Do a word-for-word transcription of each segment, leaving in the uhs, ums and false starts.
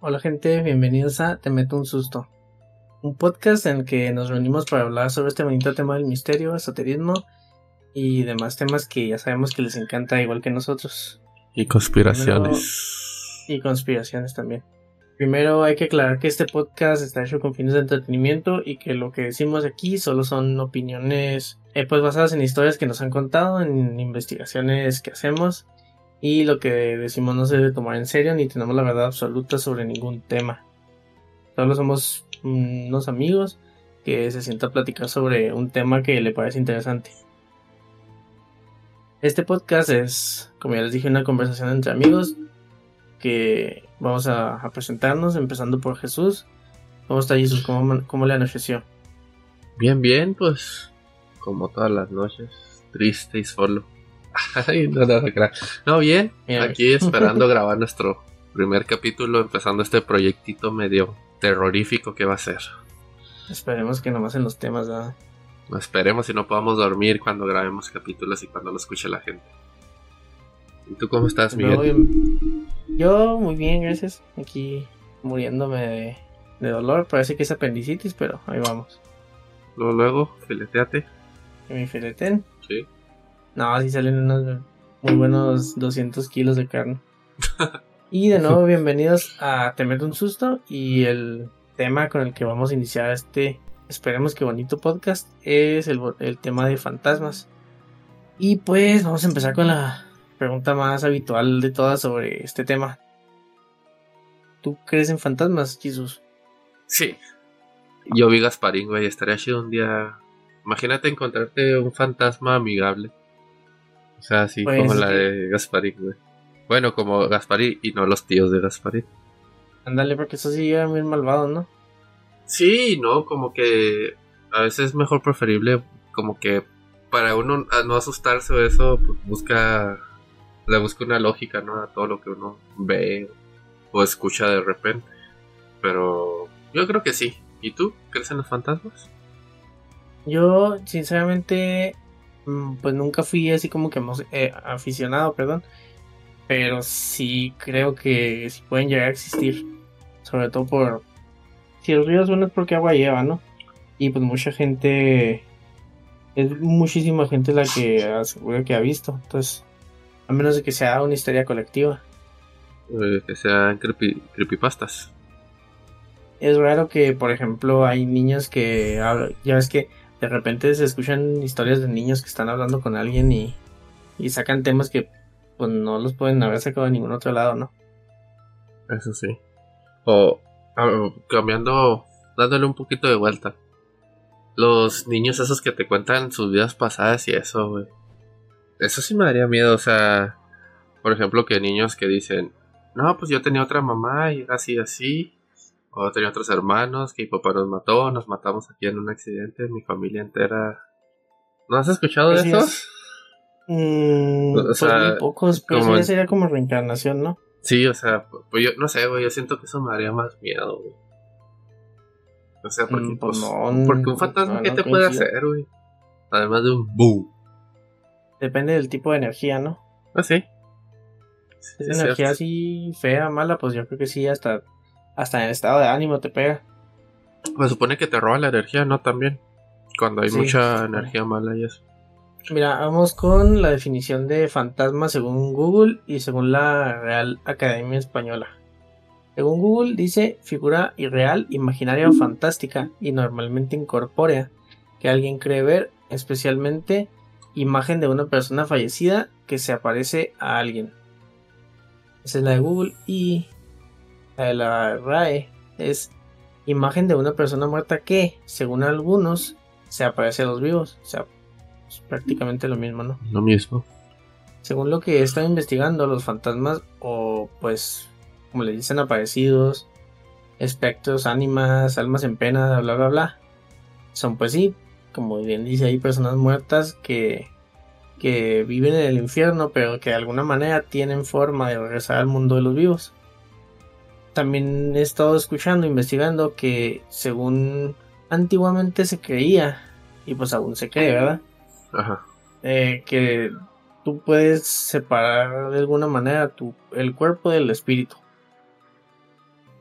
Hola gente, bienvenidos a Te Meto un Susto, un podcast en el que nos reunimos para hablar sobre este bonito tema del misterio, esoterismo y demás temas que ya sabemos que les encanta igual que nosotros. Y conspiraciones. Primero, y conspiraciones también. Primero hay que aclarar que este podcast está hecho con fines de entretenimiento y que lo que decimos aquí solo son opiniones eh, pues basadas en historias que nos han contado, en investigaciones que hacemos. Y lo que decimos no se debe tomar en serio ni tenemos la verdad absoluta sobre ningún tema. Solo somos unos amigos que se sientan a platicar sobre un tema que le parece interesante. Este podcast es, como ya les dije, una conversación entre amigos que vamos a, a presentarnos, empezando por Jesús. ¿Cómo está Jesús? ¿Cómo, cómo le anocheció? Bien, bien, pues como todas las noches, triste y solo. Ay, no, no, no, no, bien, bien, aquí esperando grabar nuestro primer capítulo, empezando este proyectito medio terrorífico que va a ser. Esperemos que nomás en los temas, ¿verdad? No esperemos y no podamos dormir cuando grabemos capítulos y cuando lo escuche la gente. ¿Y tú cómo estás, Miguel? No, bien. Yo muy bien, gracias. Aquí muriéndome de, de dolor, parece que es apendicitis, pero ahí vamos. Luego, luego, fileteate. ¿Que me fileten? Sí. No, así salen unos muy buenos doscientos kilos de carne. Y de nuevo, bienvenidos a Te Meto un Susto. Y el tema con el que vamos a iniciar este, esperemos que bonito podcast, es el, el tema de fantasmas. Y pues vamos a empezar con la pregunta más habitual de todas sobre este tema. ¿Tú crees en fantasmas, Jesús? Sí. Yo vi Gasparín, güey, estaría chido un día. Imagínate encontrarte un fantasma amigable. O sea, así pues como la que... de Gasparín, güey. Bueno, como Gasparín y no los tíos de Gasparín. Ándale, porque eso sí era muy malvado, ¿no? Sí, no, como que a veces es mejor preferible, como que para uno no asustarse o eso, pues busca, le busca una lógica, ¿no? A todo lo que uno ve o escucha de repente. Pero yo creo que sí. ¿Y tú? ¿Crees en los fantasmas? Yo, sinceramente, pues nunca fui así como que eh, aficionado, perdón. Pero sí creo que sí pueden llegar a existir. Sobre todo por... Si el río suena es porque agua lleva, ¿no? Y pues mucha gente... Es muchísima gente la que asegura que ha visto. Entonces, a menos de que sea una historia colectiva. Eh, que sean creepy, creepypastas. Es raro que, por ejemplo, hay niños que... Ya ves que de repente se escuchan historias de niños que están hablando con alguien y, y sacan temas que pues no los pueden haber sacado de ningún otro lado, ¿no? Eso sí. O uh, cambiando, dándole un poquito de vuelta. Los niños esos que te cuentan sus vidas pasadas y eso, güey. Eso sí me daría miedo, o sea... Por ejemplo, que niños que dicen... No, pues yo tenía otra mamá y era así así. O tenía otros hermanos que mi papá nos mató. Nos matamos aquí en un accidente, mi familia entera. ¿No has escuchado de eso? Mm, o sea, pues muy pocos, pero como... eso ya sería como reencarnación, ¿no? Sí, o sea, pues yo no sé, güey, yo siento que eso me daría más miedo, güey. O sea, porque, mm, pues, no, porque un fantasma, no, ¿qué no te coincido. Puede hacer, güey? Además de un boo. Depende del tipo de energía, ¿no? Ah, sí. Si es sí, energía así fea, mala, pues yo creo que sí, hasta, hasta en el estado de ánimo te pega. Pues supone que te roba la energía, ¿no? También. Cuando hay sí, mucha sí, energía sí. mala y eso. Mira, vamos con la definición de fantasma según Google y según la Real Academia Española. Según Google dice figura irreal, imaginaria o fantástica y normalmente incorpórea que alguien cree ver, especialmente imagen de una persona fallecida que se aparece a alguien. Esa es la de Google. Y la de la R A E es imagen de una persona muerta que, según algunos, se aparece a los vivos. O sea, es prácticamente lo mismo, ¿no? Lo mismo. Según lo que he estado investigando, los fantasmas, o pues, como le dicen, aparecidos, espectros, ánimas, almas en pena, bla, bla, bla, son pues sí, como bien dice ahí, personas muertas que, que viven en el infierno, pero que de alguna manera tienen forma de regresar al mundo de los vivos. También he estado escuchando, investigando que según antiguamente se creía, y pues aún se cree, ¿verdad? Ajá. Eh, que tú puedes separar de alguna manera tu, el cuerpo del espíritu.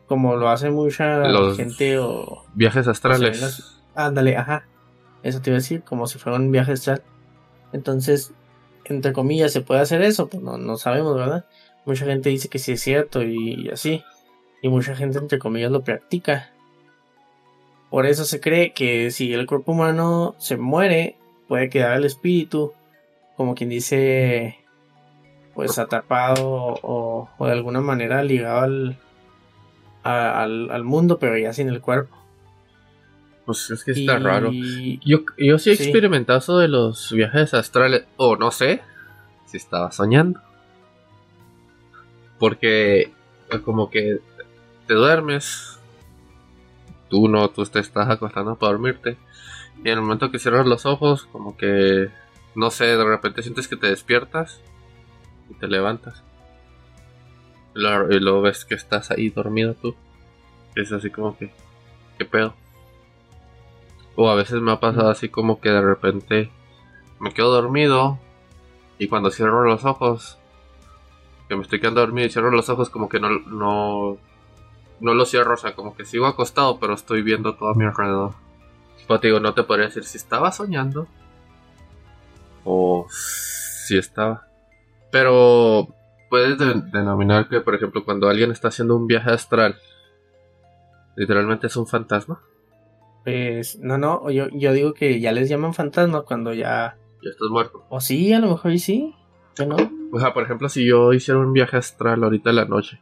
como lo hace mucha Los gente o... viajes o se ven astrales. las- Ándale, ajá. Eso te iba a decir, como si fuera un viaje astral. Entonces, entre comillas, ¿se puede hacer eso? Pues no, no sabemos, ¿verdad? Mucha gente dice que sí es cierto y así. Y mucha gente, entre comillas, lo practica. Por eso se cree que si el cuerpo humano se muere, puede quedar el espíritu, como quien dice, pues atrapado o, o de alguna manera ligado al, a- al, al mundo, pero ya sin el cuerpo. Pues es que está raro. Y Yo, yo sí he sí, experimentado eso de los viajes astrales. O no sé si estaba soñando. Porque eh, como que te duermes. Tú no, tú te estás acostando para dormirte. Y en el momento que cierras los ojos, como que, no sé, de repente sientes que te despiertas y te levantas. Y luego, y luego ves que estás ahí dormido tú. Es así como que, ¿qué pedo? O a veces me ha pasado así como que de repente me quedo dormido y cuando cierro los ojos, que me estoy quedando dormido y cierro los ojos como que no, no, no los cierro, o sea, como que sigo acostado pero estoy viendo todo a mi alrededor. Pero te digo, no te podría decir si estaba soñando o si estaba. Pero puedes de- denominar que, por ejemplo, cuando alguien está haciendo un viaje astral, literalmente es un fantasma. pues no, no, yo, yo digo que ya les llaman fantasma cuando ya... Ya estás muerto. O sí, a lo mejor y sí, que no. O sea, por ejemplo, si yo hiciera un viaje astral ahorita en la noche,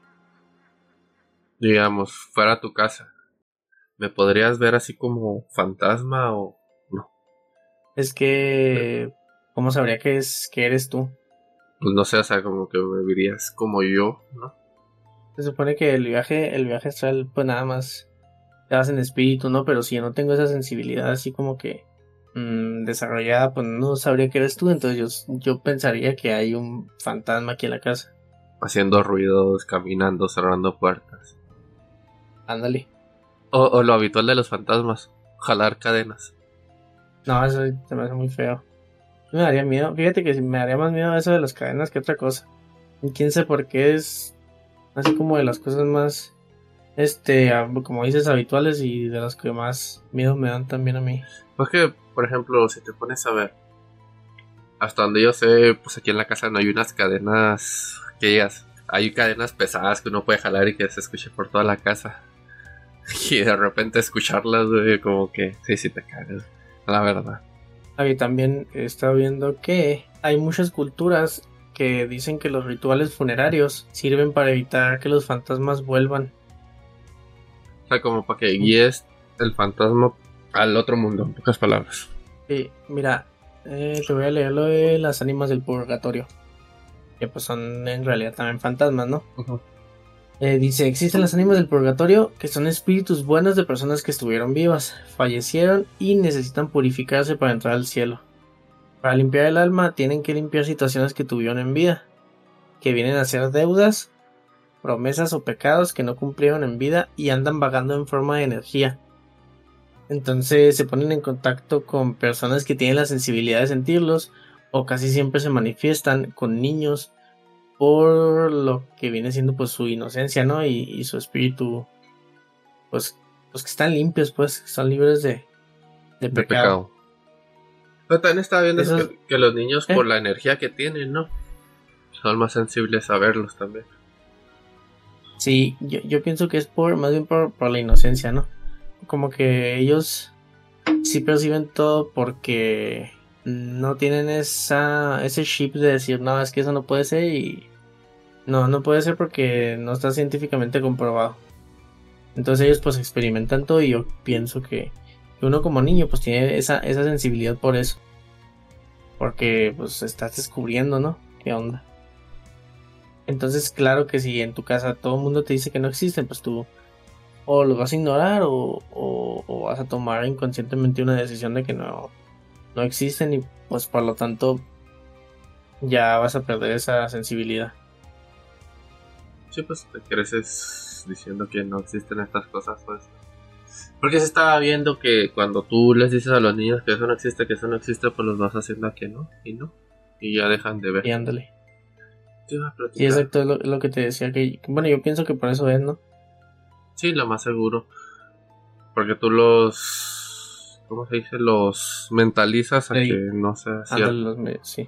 digamos, fuera a tu casa, ¿me podrías ver así como fantasma o no? Es que... ¿Cómo sabría que, es, que eres tú? Pues no sé, o sea, como que me verías como yo, ¿no? Se supone que el viaje, el viaje astral, pues nada más te vas en espíritu, ¿no? Pero si yo no tengo esa sensibilidad así como que mm, desarrollada, pues no sabría que eres tú. Entonces yo, yo pensaría que hay un fantasma aquí en la casa. Haciendo ruidos, caminando, cerrando puertas. Ándale. O, o lo habitual de los fantasmas, jalar cadenas. No, eso se me hace muy feo. Me daría miedo. Fíjate que me daría más miedo eso de las cadenas que otra cosa. Y quién sabe por qué es así como de las cosas más, este, hab- como dices, habituales y de las que más miedo me dan también a mí. Porque, por ejemplo, si te pones a ver, hasta donde yo sé, pues aquí en la casa no hay unas cadenas que digas, hay cadenas pesadas que uno puede jalar y que se escuche por toda la casa. Y de repente escucharlas, güey, como que sí, sí te cagas, la verdad. Ah, y también he estado viendo que hay muchas culturas que dicen que los rituales funerarios sirven para evitar que los fantasmas vuelvan. O sea, como para que guíes el fantasma al otro mundo, en pocas palabras. Sí, mira, eh, te voy a leer lo de las ánimas del purgatorio, que pues son en realidad también fantasmas, ¿no? Uh-huh. Eh, dice, existen las ánimas del purgatorio, que son espíritus buenos de personas que estuvieron vivas, fallecieron y necesitan purificarse para entrar al cielo. Para limpiar el alma tienen que limpiar situaciones que tuvieron en vida, que vienen a ser deudas, promesas o pecados que no cumplieron en vida y andan vagando en forma de energía. Entonces se ponen en contacto con personas que tienen la sensibilidad de sentirlos o casi siempre se manifiestan con niños por lo que viene siendo pues su inocencia, ¿no? Y, y su espíritu, pues, pues que están limpios, pues, que están libres de, de De pecado. pecado. Pero también estaba viendo eso Esos, que, que los niños, ¿eh? por la energía que tienen, ¿no? Son más sensibles a verlos también. Sí, yo, yo pienso que es por, más bien por, por la inocencia, ¿no? Como que ellos sí perciben todo porque no tienen esa, ese chip de decir, no, es que eso no puede ser y no, no puede ser porque no está científicamente comprobado. Entonces ellos pues experimentan todo y yo pienso que, que uno como niño pues tiene esa, esa sensibilidad por eso. Porque pues estás descubriendo, ¿no? ¿Qué onda? Entonces claro que si en tu casa todo el mundo te dice que no existen, pues tú o lo vas a ignorar o, o, o vas a tomar inconscientemente una decisión de que no, no existen y pues por lo tanto ya vas a perder esa sensibilidad. Sí, pues te creces diciendo que no existen estas cosas, pues. Porque se estaba viendo que cuando tú les dices a los niños que eso no existe, que eso no existe, pues los vas haciendo a que no, y no. Y ya dejan de ver. Y ándale. Te iba a Sí, platicar. exacto, es lo, es lo que te decía que, bueno, yo pienso que por eso es, ¿no? Sí, lo más seguro. Porque tú los... ¿Cómo se dice? Los mentalizas a Sí. que no sea cierto. Ándale, los medios, sí.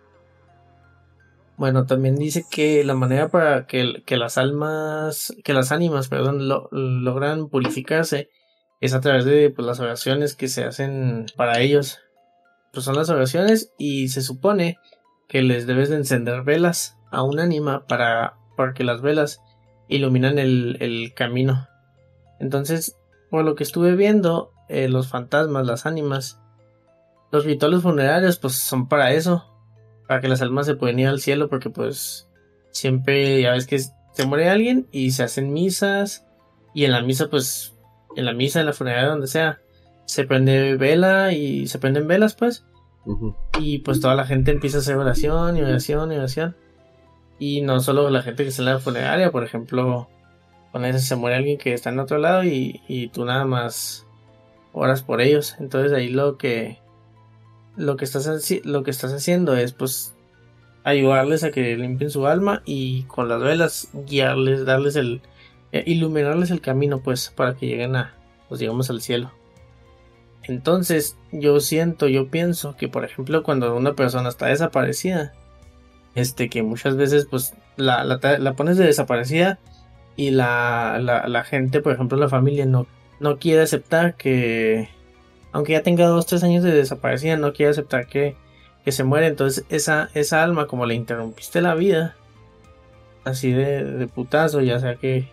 Bueno, también dice que la manera para que, que las almas, que las ánimas, perdón, lo, logran purificarse es a través de pues, las oraciones que se hacen para ellos. Pues son las oraciones y se supone que les debes de encender velas a un ánima para, para que las velas iluminan el, el camino. Entonces, por lo que estuve viendo, eh, los fantasmas, las ánimas, los rituales funerarios, pues son para eso. Para que las almas se puedan ir al cielo, porque pues siempre, ya ves que se muere alguien y se hacen misas, y en la misa pues, en la misa, en la funeraria, donde sea, se prende vela y se prenden velas pues, uh-huh. Y pues toda la gente empieza a hacer oración y oración y oración, y no solo la gente que está en la funeraria, por ejemplo, con eso se muere alguien que está en otro lado y, y tú nada más oras por ellos, entonces ahí lo que... Lo que estás haci- lo que estás haciendo es pues ayudarles a que limpien su alma y con las velas guiarles, darles el eh, iluminarles el camino pues para que lleguen a pues digamos al cielo. Entonces yo siento, yo pienso que por ejemplo cuando una persona está desaparecida, este que muchas veces pues la, la, la pones de desaparecida y la, la, la gente, por ejemplo la familia no, no quiere aceptar que aunque ya tenga dos, tres años de desaparecida, no quiere aceptar que, que se muere. Entonces esa, esa alma, como le interrumpiste la vida, así de, de putazo, ya sea que,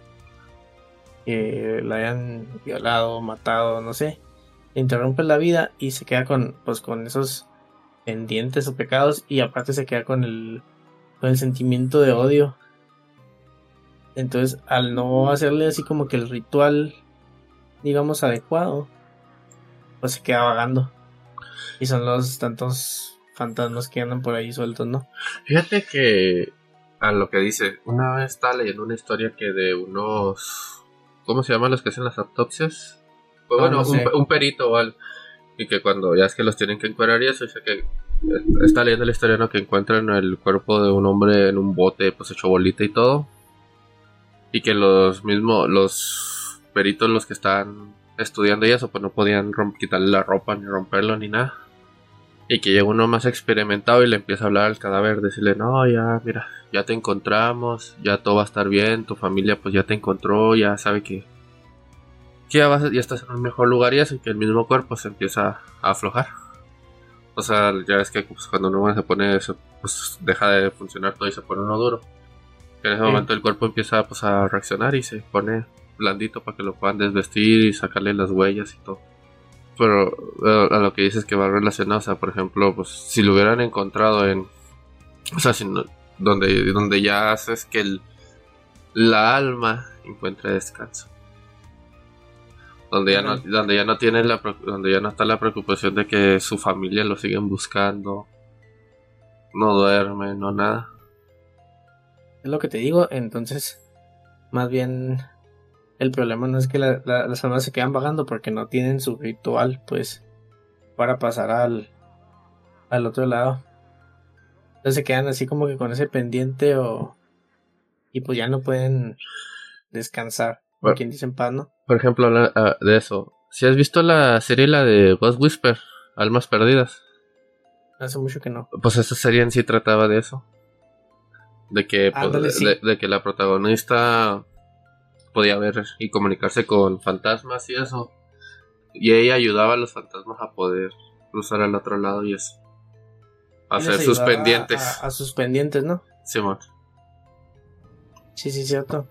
que la hayan violado, matado, no sé, le interrumpe la vida y se queda con, pues, con esos pendientes o pecados, y aparte se queda con el, con el sentimiento de odio. Entonces al no hacerle así como que el ritual, digamos, adecuado, pues se queda vagando. Y son los tantos fantasmas que andan por ahí sueltos, ¿no? Fíjate que a lo que dice, una vez estaba leyendo una historia que de unos... ¿Cómo se llaman los que hacen las autopsias? Pues Ah, bueno, no sé. un, un perito o algo. Y que cuando ya es que los tienen que encuerar y eso, dice que... Está leyendo la historia, ¿no? Que encuentran el cuerpo de un hombre en un bote, pues hecho bolita y todo. Y que los mismos, los peritos, los que están estudiando y eso, pues no podían romp- quitarle la ropa, ni romperlo, ni nada. Y que llega uno más experimentado y le empieza a hablar al cadáver, decirle, no, ya, mira, ya te encontramos, ya todo va a estar bien, tu familia pues ya te encontró, ya sabe que, que ya, vas, ya estás en un mejor lugar y eso, y que el mismo cuerpo se empieza a aflojar. O sea, ya ves que pues, cuando uno se pone eso, pues deja de funcionar todo y se pone uno duro. En ese Sí. momento el cuerpo empieza pues, a reaccionar y se pone blandito para que lo puedan desvestir y sacarle las huellas y todo. Pero uh, a lo que dices que va relacionado, o sea, por ejemplo, pues si lo hubieran encontrado en, o sea, si no, donde, donde ya haces que el, la alma encuentre descanso, donde ya no, donde ya no tiene la, donde ya no está la preocupación de que su familia lo siguen buscando, no duerme, no nada. Es lo que te digo, entonces, más bien, el problema no es que la, la, las almas se quedan vagando porque no tienen su ritual, pues, para pasar al, al otro lado. Entonces se quedan así como que con ese pendiente o... Y pues ya no pueden descansar, como Bueno, quien dice en paz, ¿no? por ejemplo, la, uh, de eso, si has visto la serie, la de Ghost Whisper, Almas Perdidas. Hace mucho que no. Pues esa serie en sí trataba de eso. De que, Ándale, pues, sí. de, de que la protagonista podía ver y comunicarse con fantasmas y eso. Y ella ayudaba a los fantasmas a poder cruzar al otro lado y eso. A hacer sus pendientes. A, a, a sus pendientes, ¿no? Sí, man. Sí, sí, cierto.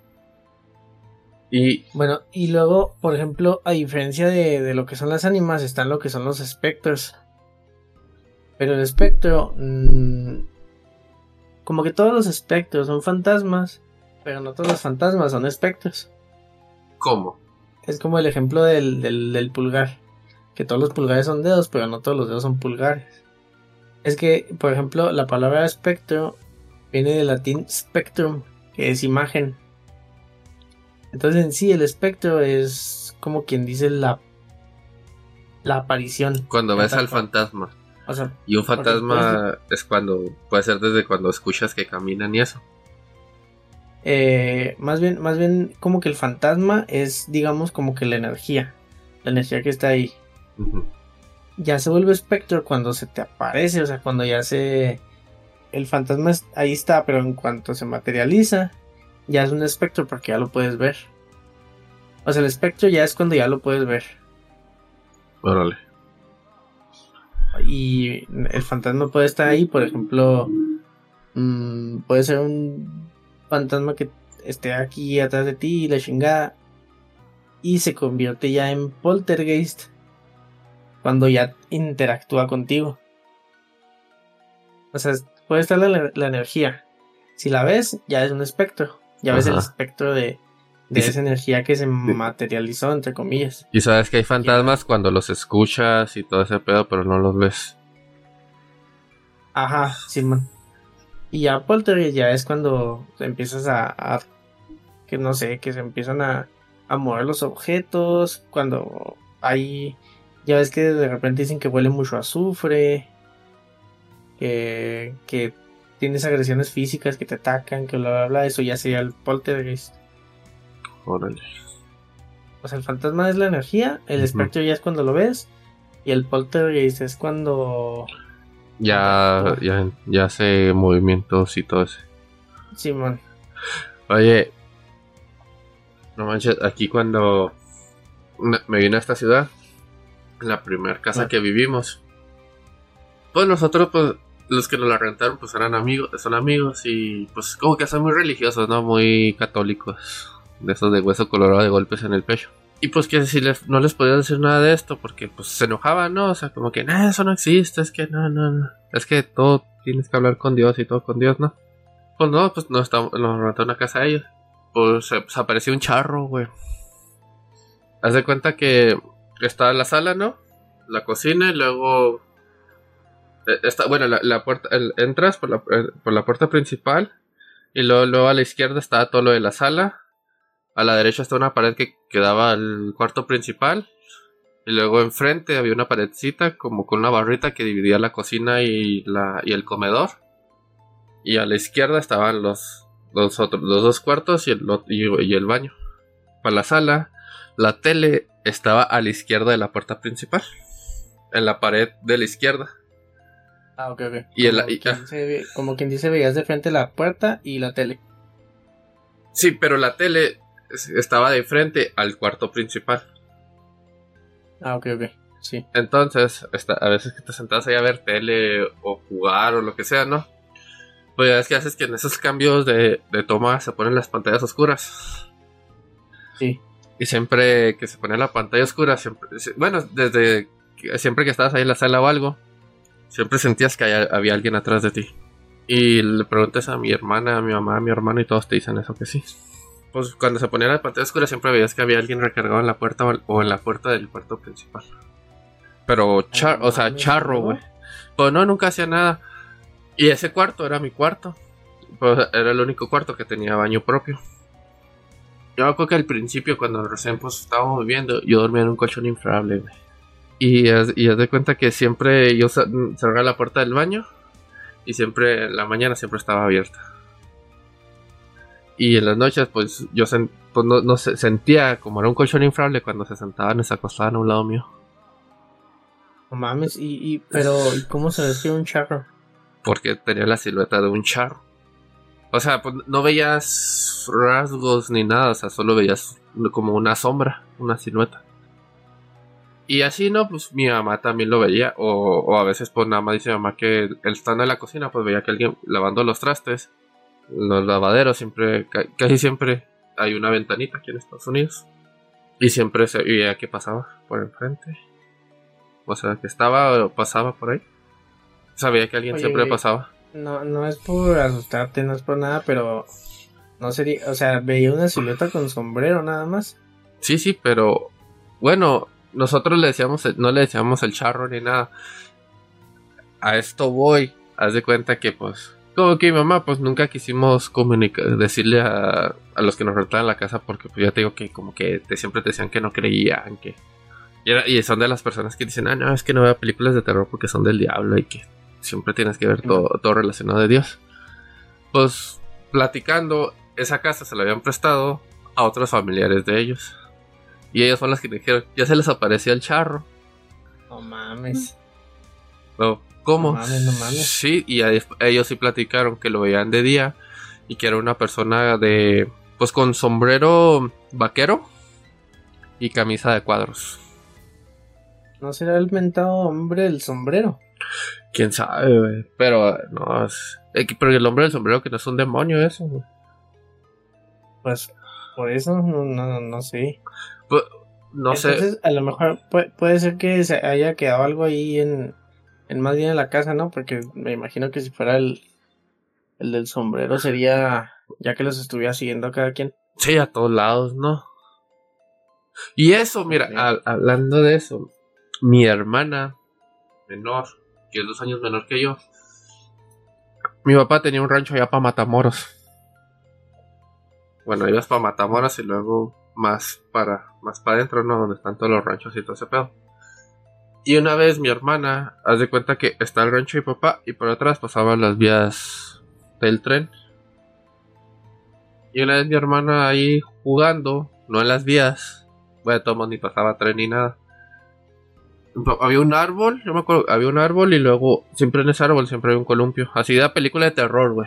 Y bueno, y luego, por ejemplo, a diferencia de, de lo que son las ánimas, están lo que son los espectros. Pero el espectro... Mmm, como que todos los espectros son fantasmas, pero no todos los fantasmas son espectros. ¿Cómo? Es como el ejemplo del, del, del pulgar. Que todos los pulgares son dedos, pero no todos los dedos son pulgares. Es que, por ejemplo, la palabra espectro viene del latín spectrum, que es imagen. Entonces en sí el espectro es como quien dice la, la aparición. Cuando ves al fantasma. O sea, y un fantasma es cuando, puede ser desde cuando escuchas que caminan y eso. Eh, más bien, más bien como que el fantasma es, digamos, como que la energía, la energía que está ahí. Uh-huh. Ya se vuelve espectro cuando se te aparece, o sea, cuando ya se... El fantasma es, ahí está, pero en cuanto se materializa, ya es un espectro porque ya lo puedes ver. O sea, el espectro ya es cuando ya lo puedes ver. Órale. Y el fantasma puede estar ahí, por ejemplo, mmm, puede ser un fantasma que esté aquí atrás de ti y la chingada, y se convierte ya en poltergeist cuando ya interactúa contigo. O sea, puede estar la, la energía. Si la ves, ya es un espectro. Ya Ajá. ves el espectro de, de esa energía que se materializó, entre comillas. Y sabes que hay fantasmas ya. Cuando los escuchas y todo ese pedo, pero no los ves. Ajá, Simón. Y ya poltergeist ya es cuando empiezas a, a que no sé, que se empiezan a, a mover los objetos, cuando hay, ya ves que de repente dicen que huele mucho a azufre, que, que tienes agresiones físicas que te atacan, que bla bla bla, eso ya sería el poltergeist. Órale. O sea, el fantasma es la energía, el uh-huh. espectro ya es cuando lo ves, y el poltergeist es cuando ya, ya, ya hace movimientos y todo eso. Simón. Oye, no manches, aquí cuando me vine a esta ciudad, en la primera casa ah. que vivimos, pues nosotros, pues, los que nos la rentaron, pues eran amigos, son amigos y pues como que son muy religiosos, ¿no? Muy católicos, de esos de hueso colorado de golpes en el pecho. Y pues que si les, no les podía decir nada de esto, porque pues se enojaban, ¿no? O sea, como que, no, eso no existe, es que no, no, no. Es que todo tienes que hablar con Dios y todo con Dios, ¿no? Pues no, pues nos, nos rentaron una casa a ellos. Pues, pues apareció un charro, güey. Haz de cuenta que estaba en la sala, ¿no? La cocina y luego... Está, bueno, la, la puerta... El, entras por la, por la puerta principal y luego, luego a la izquierda estaba todo lo de la sala. A la derecha está una pared que quedaba al cuarto principal. Y luego enfrente había una paredcita como con una barrita que dividía la cocina y, la, y el comedor. Y a la izquierda estaban los... Los, otros, los dos cuartos y el, y, y el baño. Para la sala, la tele estaba a la izquierda de la puerta principal. En la pared de la izquierda. Ah, ok, ok. Y como, el, y, quien se, como quien dice, veías de frente la puerta y la tele. Sí, pero la tele estaba de frente al cuarto principal. Ah, ok, ok. Sí. Entonces, esta, a veces que te sentabas ahí a ver tele o jugar o lo que sea, ¿no? Pues ya es que haces que en esos cambios de, de toma se ponen las pantallas oscuras. Sí. Y siempre que se pone la pantalla oscura, siempre, bueno, desde que, siempre que estabas ahí en la sala o algo, siempre sentías que hay, había alguien atrás de ti. Y le preguntas a mi hermana, a mi mamá, a mi hermano y todos te dicen eso que sí. Pues cuando se ponía la pantalla oscura siempre veías que había alguien recargado en la puerta o en la puerta del cuarto principal. Pero, char, o sea, charro, güey. Pues no, nunca hacía nada. Y ese cuarto era mi cuarto. Pues era el único cuarto que tenía baño propio. Yo me acuerdo que al principio, cuando recién pues estábamos viviendo, yo dormía en un colchón inflable, güey. Y haz, y haz de cuenta que siempre yo cerraba la puerta del baño. Y siempre, en la mañana siempre estaba abierta. Y en las noches, pues yo sen, pues, no, no se, sentía como era un colchón inflable cuando se sentaban y se acostaban a un lado mío. No mames, y, y pero ¿y cómo se ve que era un charro? Porque tenía la silueta de un charro. O sea, pues no veías rasgos ni nada, o sea, solo veías como una sombra, una silueta. Y así, ¿no? Pues mi mamá también lo veía, o, o a veces pues nada más dice mi mamá que él estando en la cocina, pues veía que alguien lavando los trastes, los lavaderos, siempre, casi siempre hay una ventanita aquí en Estados Unidos. Y siempre se veía que pasaba por enfrente. O sea, que estaba o pasaba por ahí. Sabía que alguien Oye, siempre pasaba. No, no es por asustarte, no es por nada, pero no sería, o sea, veía una silueta con sombrero nada más. Sí, sí, pero bueno, nosotros le decíamos, no le decíamos el charro ni nada. A esto voy, haz de cuenta que pues, como que mi mamá, pues nunca quisimos comunicar, decirle a, a los que nos rentaban la casa, porque pues ya te digo que como que te, siempre te decían que no creían, que y, era, y son de las personas que dicen, ah, no, es que no veo películas de terror porque son del diablo y que siempre tienes que ver todo, todo relacionado de Dios. Pues platicando, esa casa se la habían prestado a otros familiares de ellos. Y ellos son los que dijeron, ya se les apareció el charro. No mames. No, ¿cómo? No mames, no mames. Sí, y a- ellos sí platicaron que lo veían de día y que era una persona de, pues con sombrero vaquero y camisa de cuadros. ¿No será el mentado hombre del sombrero? Quién sabe, güey. Pero no, es, eh, pero el hombre del sombrero que no es un demonio eso, güey. Pues por eso no, no, no sé. Pues, no sé. Entonces, a lo mejor puede, puede ser que se haya quedado algo ahí en, en más bien en la casa, ¿no? Porque me imagino que si fuera el, el del sombrero sería ya que los estuviera siguiendo a cada quien. Sí, a todos lados, ¿no? Y eso, mira, Ok. a- hablando de eso, mi hermana menor, que es dos años menor que yo, mi papá tenía un rancho allá para Matamoros. Bueno, ibas para Matamoros y luego más para más para adentro, ¿no? Donde están todos los ranchos y todo ese pedo. Y una vez mi hermana, haz de cuenta que está el rancho de mi papá y por atrás pasaban las vías del tren. Y una vez mi hermana ahí jugando, no en las vías, bueno, todo ni pasaba tren ni nada. Había un árbol, yo me acuerdo, había un árbol y luego siempre en ese árbol siempre había un columpio. Así de película de terror, güey.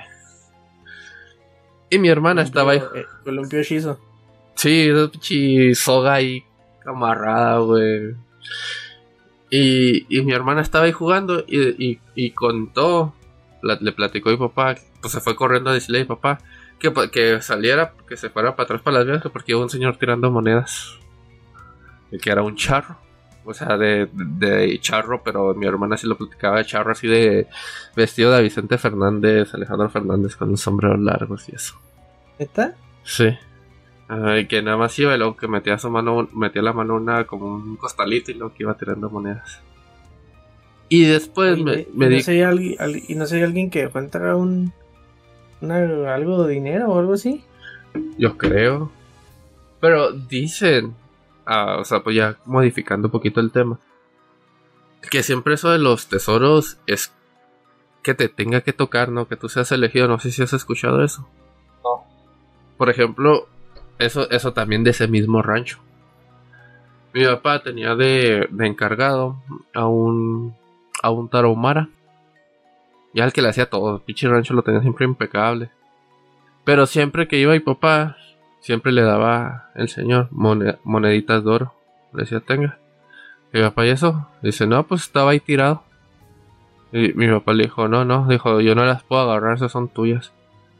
Y mi hermana estaba ahí. Eh, Columpio Shizo. Sí, esa pinche soga ahí amarrada, güey. Y, y mi hermana estaba ahí jugando y, y, y contó, la- le platicó a mi papá, pues se fue corriendo a decirle a mi papá que, pa- que saliera, que se fuera para atrás para las vías, que porque iba un señor tirando monedas. Y que era un charro. O sea, de, de, de charro, pero mi hermana sí lo platicaba de charro, así de vestido de Vicente Fernández, Alejandro Fernández con los sombreros largos y eso. ¿Neta? Sí. Ay, que nada más iba y luego que metía su mano, metía la mano una como un costalito y luego que iba tirando monedas. Y después Oye, me, ¿y me no di. sería alguien, al- ¿y no sería alguien que dejó entrar un una- algo de dinero o algo así? Yo creo. Pero dicen, ah, o sea, pues ya modificando un poquito el tema, que siempre eso de los tesoros es que te tenga que tocar, ¿no? Que tú seas elegido. No sé si has escuchado eso. No. Por ejemplo, eso, eso también de ese mismo rancho. Mi papá tenía de, de encargado a un a un tarahumara. Ya el que le hacía todo. El pinche rancho lo tenía siempre impecable. Pero siempre que iba mi papá, siempre le daba el señor moned- moneditas de oro. Le decía, tenga. Y mi papá, ¿y eso? Dice, no, pues estaba ahí tirado. Y mi papá le dijo, no, no. Dijo, yo no las puedo agarrar, esas son tuyas.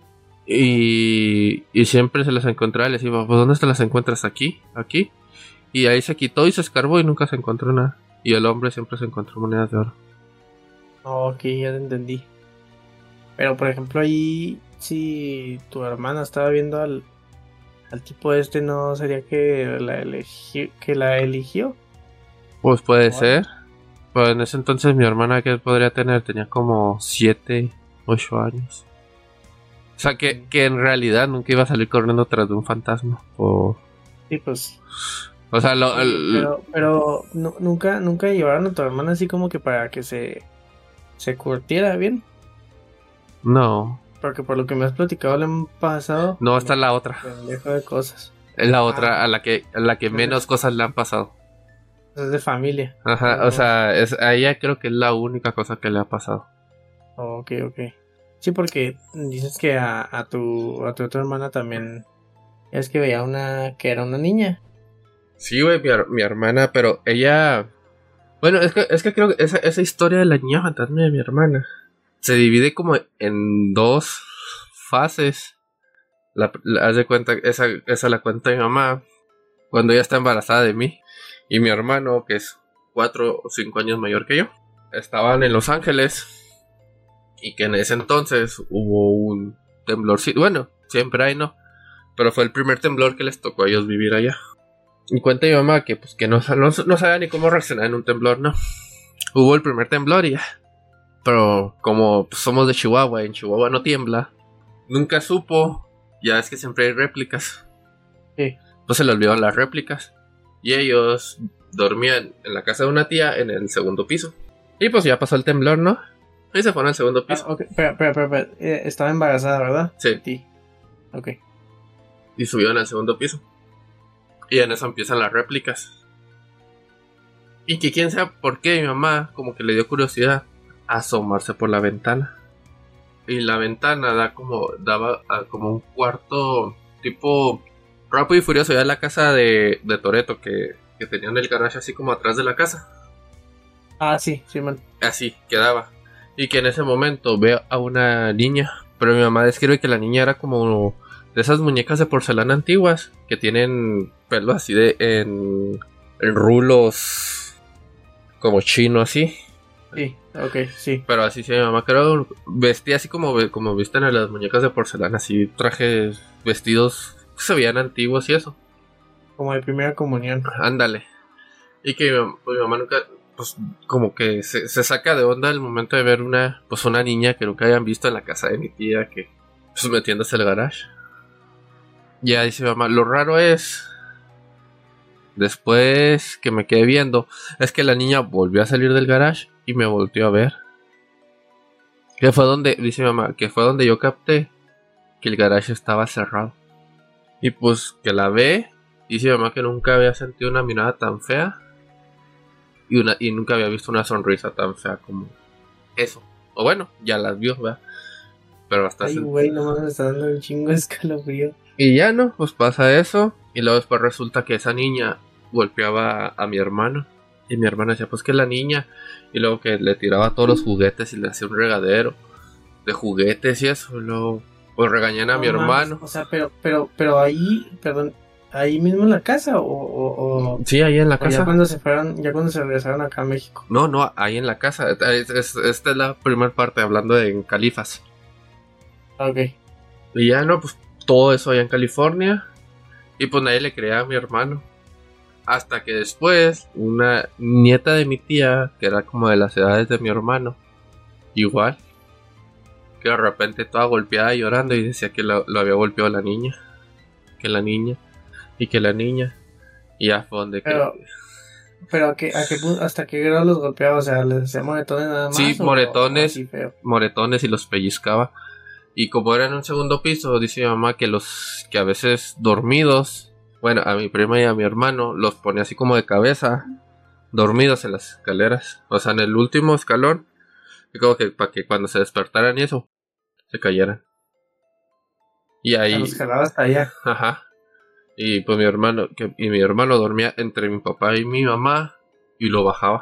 Y, y siempre se las encontraba y le decía, pues ¿dónde te las encuentras? Aquí, aquí. Y ahí se quitó y se escarbó y nunca se encontró nada. Y el hombre siempre se encontró monedas de oro. Ok, ya te entendí. Pero por ejemplo ahí, si tu hermana estaba viendo al, al tipo este, ¿no sería que la elegí, que la eligió? Pues puede Bueno. ser. Pues en ese entonces mi hermana, que podría tener, tenía como siete, ocho años. O sea que, que en realidad nunca iba a salir corriendo tras de un fantasma. O, Sí, pues. o sea, lo, Sí, el- pero, pero nu- nunca, nunca llevaron a tu hermana así como que para que se, se curtiera bien. no, Porque por lo que me has platicado le han pasado. no, esta es la otra. Pendejo de cosas. Es la otra Ah. a la que, a la que Ajá. menos cosas le han pasado. Es de familia. Ajá, Oh. o sea, es, a ella creo que es la única cosa que le ha pasado. Ok, ok. Sí, porque dices que a, a tu a tu otra hermana también es que veía una que era una niña. Sí, güey, mi, her- mi hermana, pero ella... Bueno, es que, es que creo que esa, esa historia de la niña fantasma de mi hermana se divide como en dos fases. La, la- haz de cuenta, esa, esa la cuenta mi mamá cuando ella está embarazada de mí. Y mi hermano, que es cuatro o cinco años mayor que yo, estaban en Los Ángeles. Y que en ese entonces hubo un temblorcito. Bueno, siempre hay, ¿no? Pero fue el primer temblor que les tocó a ellos vivir allá. Y cuenta mi mamá que pues que no, no, no sabía ni cómo reaccionar en un temblor, ¿no? Hubo el primer temblor y ya. Pero como pues, somos de Chihuahua, en Chihuahua no tiembla. Nunca supo. Ya es que siempre hay réplicas. Sí. Pues se le olvidaron las réplicas. Y ellos dormían en la casa de una tía en el segundo piso. Y pues ya pasó el temblor, ¿no? Y se fueron al segundo Ah, piso. ok, espera, espera, espera, espera. Eh, estaba embarazada, ¿verdad? Sí. Sí. Ok. y subieron al segundo piso. Y en eso empiezan las réplicas. Y que quién sabe por qué mi mamá como que le dio curiosidad asomarse por la ventana. Y la ventana da como daba a como un cuarto tipo Rápido y Furioso, ya la casa de, de Toretto que, que tenían el garaje así como atrás de la casa. Ah, sí, sí, man. Así quedaba. Y que en ese momento ve a una niña. Pero mi mamá describe que la niña era como de esas muñecas de porcelana antiguas que tienen pelo así de en, en rulos como chino así. Sí, ok, sí. Pero así sí, mi mamá creo vestía así como, como visten a las muñecas de porcelana, así trajes, vestidos que se veían antiguos y eso. Como de primera comunión. Ándale. Y que mi, pues, mi mamá nunca, pues como que se, se saca de onda el momento de ver una, pues una niña que nunca habían visto en la casa de mi tía, que pues metiéndose el garage. Ya dice mi mamá, lo raro es, después que me quedé viendo, es que la niña volvió a salir del garage y me volteó a ver. Que fue donde, dice mi mamá, que fue donde yo capté que el garage estaba cerrado. Y pues que la ve, dice mi mamá que nunca había sentido una mirada tan fea. Y, una, y nunca había visto una sonrisa tan fea como eso. O bueno, ya las vio, ¿verdad? Pero hasta... Ay, güey, nomás me está dando un chingo de escalofrío. Y ya no, pues pasa eso. Y luego después resulta que esa niña golpeaba a, a mi hermano. Y mi hermana decía, pues que la niña. Y luego que le tiraba todos los juguetes y le hacía un regadero de juguetes y eso. Y luego pues regañan a No mi mames, hermano. O sea, pero, pero, pero ahí, perdón, ahí mismo en la casa o, o, o Sí, ahí en la o casa. ya cuando se fueron, ya cuando se regresaron acá a México. No, no, ahí en la casa. Es- es- Esta es la primera parte hablando de en Califas. Ok. Y ya no, pues todo eso allá en California. Y pues nadie le creía a mi hermano. Hasta que después, una nieta de mi tía, que era como de las edades de mi hermano, igual, que de repente toda golpeada y llorando y decía que lo, lo había golpeado la niña. Que la niña. Y que la niña. Y ya fue donde Pero, que... pero ¿a qué, a qué pu- hasta qué grado los golpeaba? O sea, ¿les hacía moretones nada más? Sí, o- moretones. o así feo? moretones y los pellizcaba. Y como era en un segundo piso, dice mi mamá que los que a veces dormidos, bueno, a mi prima y a mi hermano los ponía así como de cabeza, dormidos en las escaleras, o sea, en el último escalón, y como que para que cuando se despertaran y eso, se cayeran. Y O sea, ahí, los jalaba hasta allá. ajá, y pues mi hermano, que, y mi hermano dormía entre mi papá y mi mamá, y lo bajaba,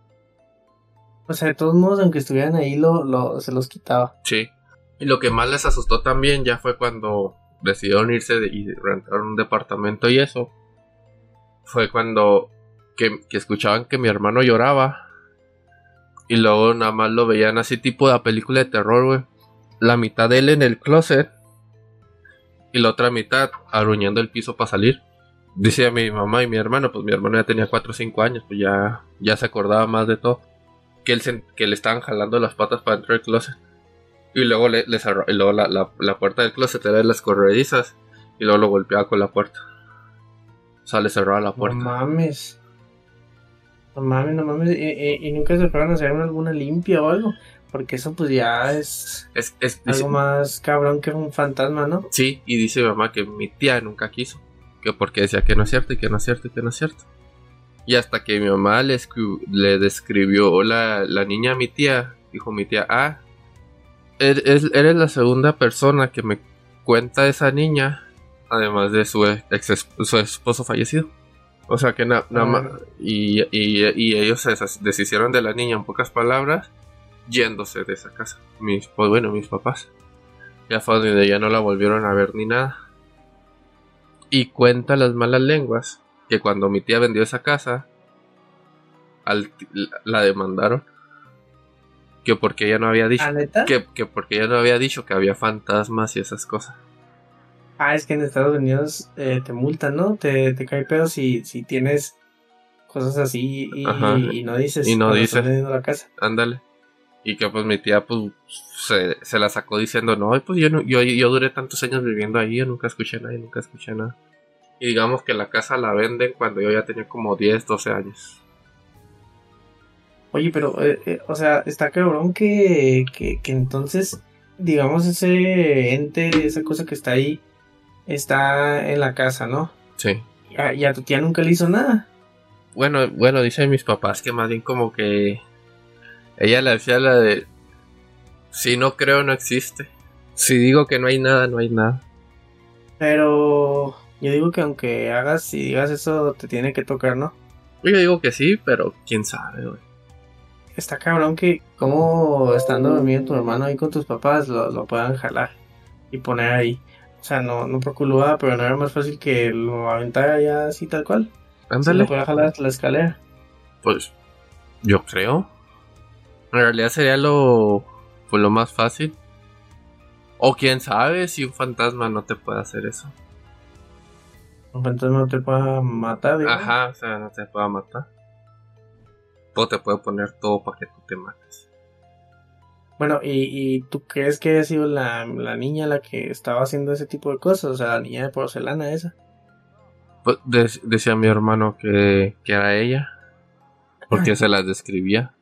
O sea, de todos modos, aunque estuvieran ahí, lo, lo, se los quitaba. sí. Y lo que más les asustó también ya fue cuando decidieron irse de, y rentaron un departamento y eso. Fue cuando que, que escuchaban que mi hermano lloraba. Y luego nada más lo veían así tipo de película de terror, güey. La mitad de él en el closet. Y la otra mitad aruñando el piso para salir. Dice mi mamá y mi hermano, pues mi hermano ya tenía cuatro o cinco años, pues ya, ya se acordaba más de todo. Que, él se, que le estaban jalando las patas para dentro del closet. Y luego, le, le cerró, y luego la, la, la puerta del closet era de las corredizas. Y luego lo golpeaba con la puerta. O sea, le cerraba la puerta. No mames. No mames, no mames. ¿Y, y, y nunca se fueron a hacer alguna limpia o algo? Porque eso pues ya es Es, es, algo dice, más cabrón que un fantasma, ¿no? sí, y dice mi mamá que mi tía nunca quiso. Que porque decía que no es cierto y que no es cierto y que no es cierto. Y hasta que mi mamá le, escri- le describió la, la niña a mi tía. Dijo mi tía, ah, eres, eres la segunda persona que me cuenta esa niña. Además de su, ex, su esposo fallecido. O sea que nada na, más. Y, y, y ellos se deshicieron de la niña en pocas palabras. Yéndose de esa casa. Mis, pues bueno, mis papás. Ya fue donde ya no la volvieron a ver ni nada. Y cuenta las malas lenguas que cuando mi tía vendió esa casa, al, la demandaron. Que porque ella no había dicho. ¿Ah, neta? Que, que porque ella no había dicho que había fantasmas y esas cosas. Ah, es que en Estados Unidos eh, te multan, ¿no? Te, te cae pedo si, si tienes cosas así y, y no dices. Y no cuando dices. estás vendiendo la casa. Ándale. Y que pues mi tía pues se, se la sacó diciendo, no, pues yo, no, yo, yo duré tantos años viviendo ahí, yo nunca escuché nada, yo nunca escuché nada. Y digamos que la casa la venden cuando yo ya tenía como diez, doce años. Oye, pero, eh, eh, o sea, está cabrón que, que, que entonces, digamos, ese ente, esa cosa que está ahí, está en la casa, ¿no? Sí. Y a, y a tu tía nunca le hizo nada. Bueno, bueno, dicen mis papás que más bien como que ella le decía la de si no creo no existe. Si digo que no hay nada, no hay nada. Pero yo digo que aunque hagas y digas eso, te tiene que tocar, ¿no? Yo digo que sí, pero quién sabe, güey. Está cabrón que como estando dormido tu hermano ahí con tus papás lo, lo puedan jalar y poner ahí. O sea, no, no por culpa, pero no era más fácil que lo aventara ya así tal cual. Se lo Ándale. puede jalar hasta la escalera. Pues yo creo. En realidad sería lo, pues, lo más fácil. O quién sabe si un fantasma no te puede hacer eso. Un fantasma no te pueda matar, digo. Ajá, o sea, no te puede matar. O te puede poner todo para que tú te mates. Bueno, ¿y, y tú crees que haya sido la, la niña la que estaba haciendo ese tipo de cosas? O sea, la niña de porcelana esa. Pues de- decía mi hermano que, que era ella. Porque se las describía.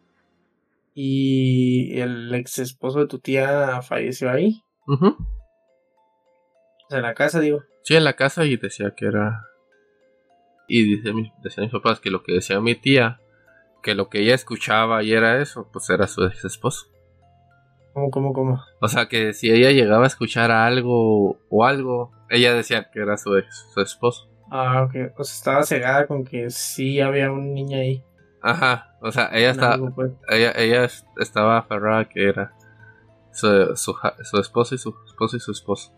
Y el ex esposo de tu tía falleció ahí. Uh-huh. O sea, en la casa, digo. Sí, en la casa y decía que era... Y dice, mi- decían mis papás que lo que decía mi tía, que lo que ella escuchaba y era eso, pues era su ex esposo. ¿Cómo, cómo, cómo? O sea que si ella llegaba a escuchar algo o algo, ella decía que era su ex, su esposo. Ah, ok. O sea, estaba cegada con que sí había un niño ahí. Ajá, o sea, ella En estaba, algo, pues. ella, ella es- estaba aferrada que era su, su, ja- su esposo y su esposo y su esposo.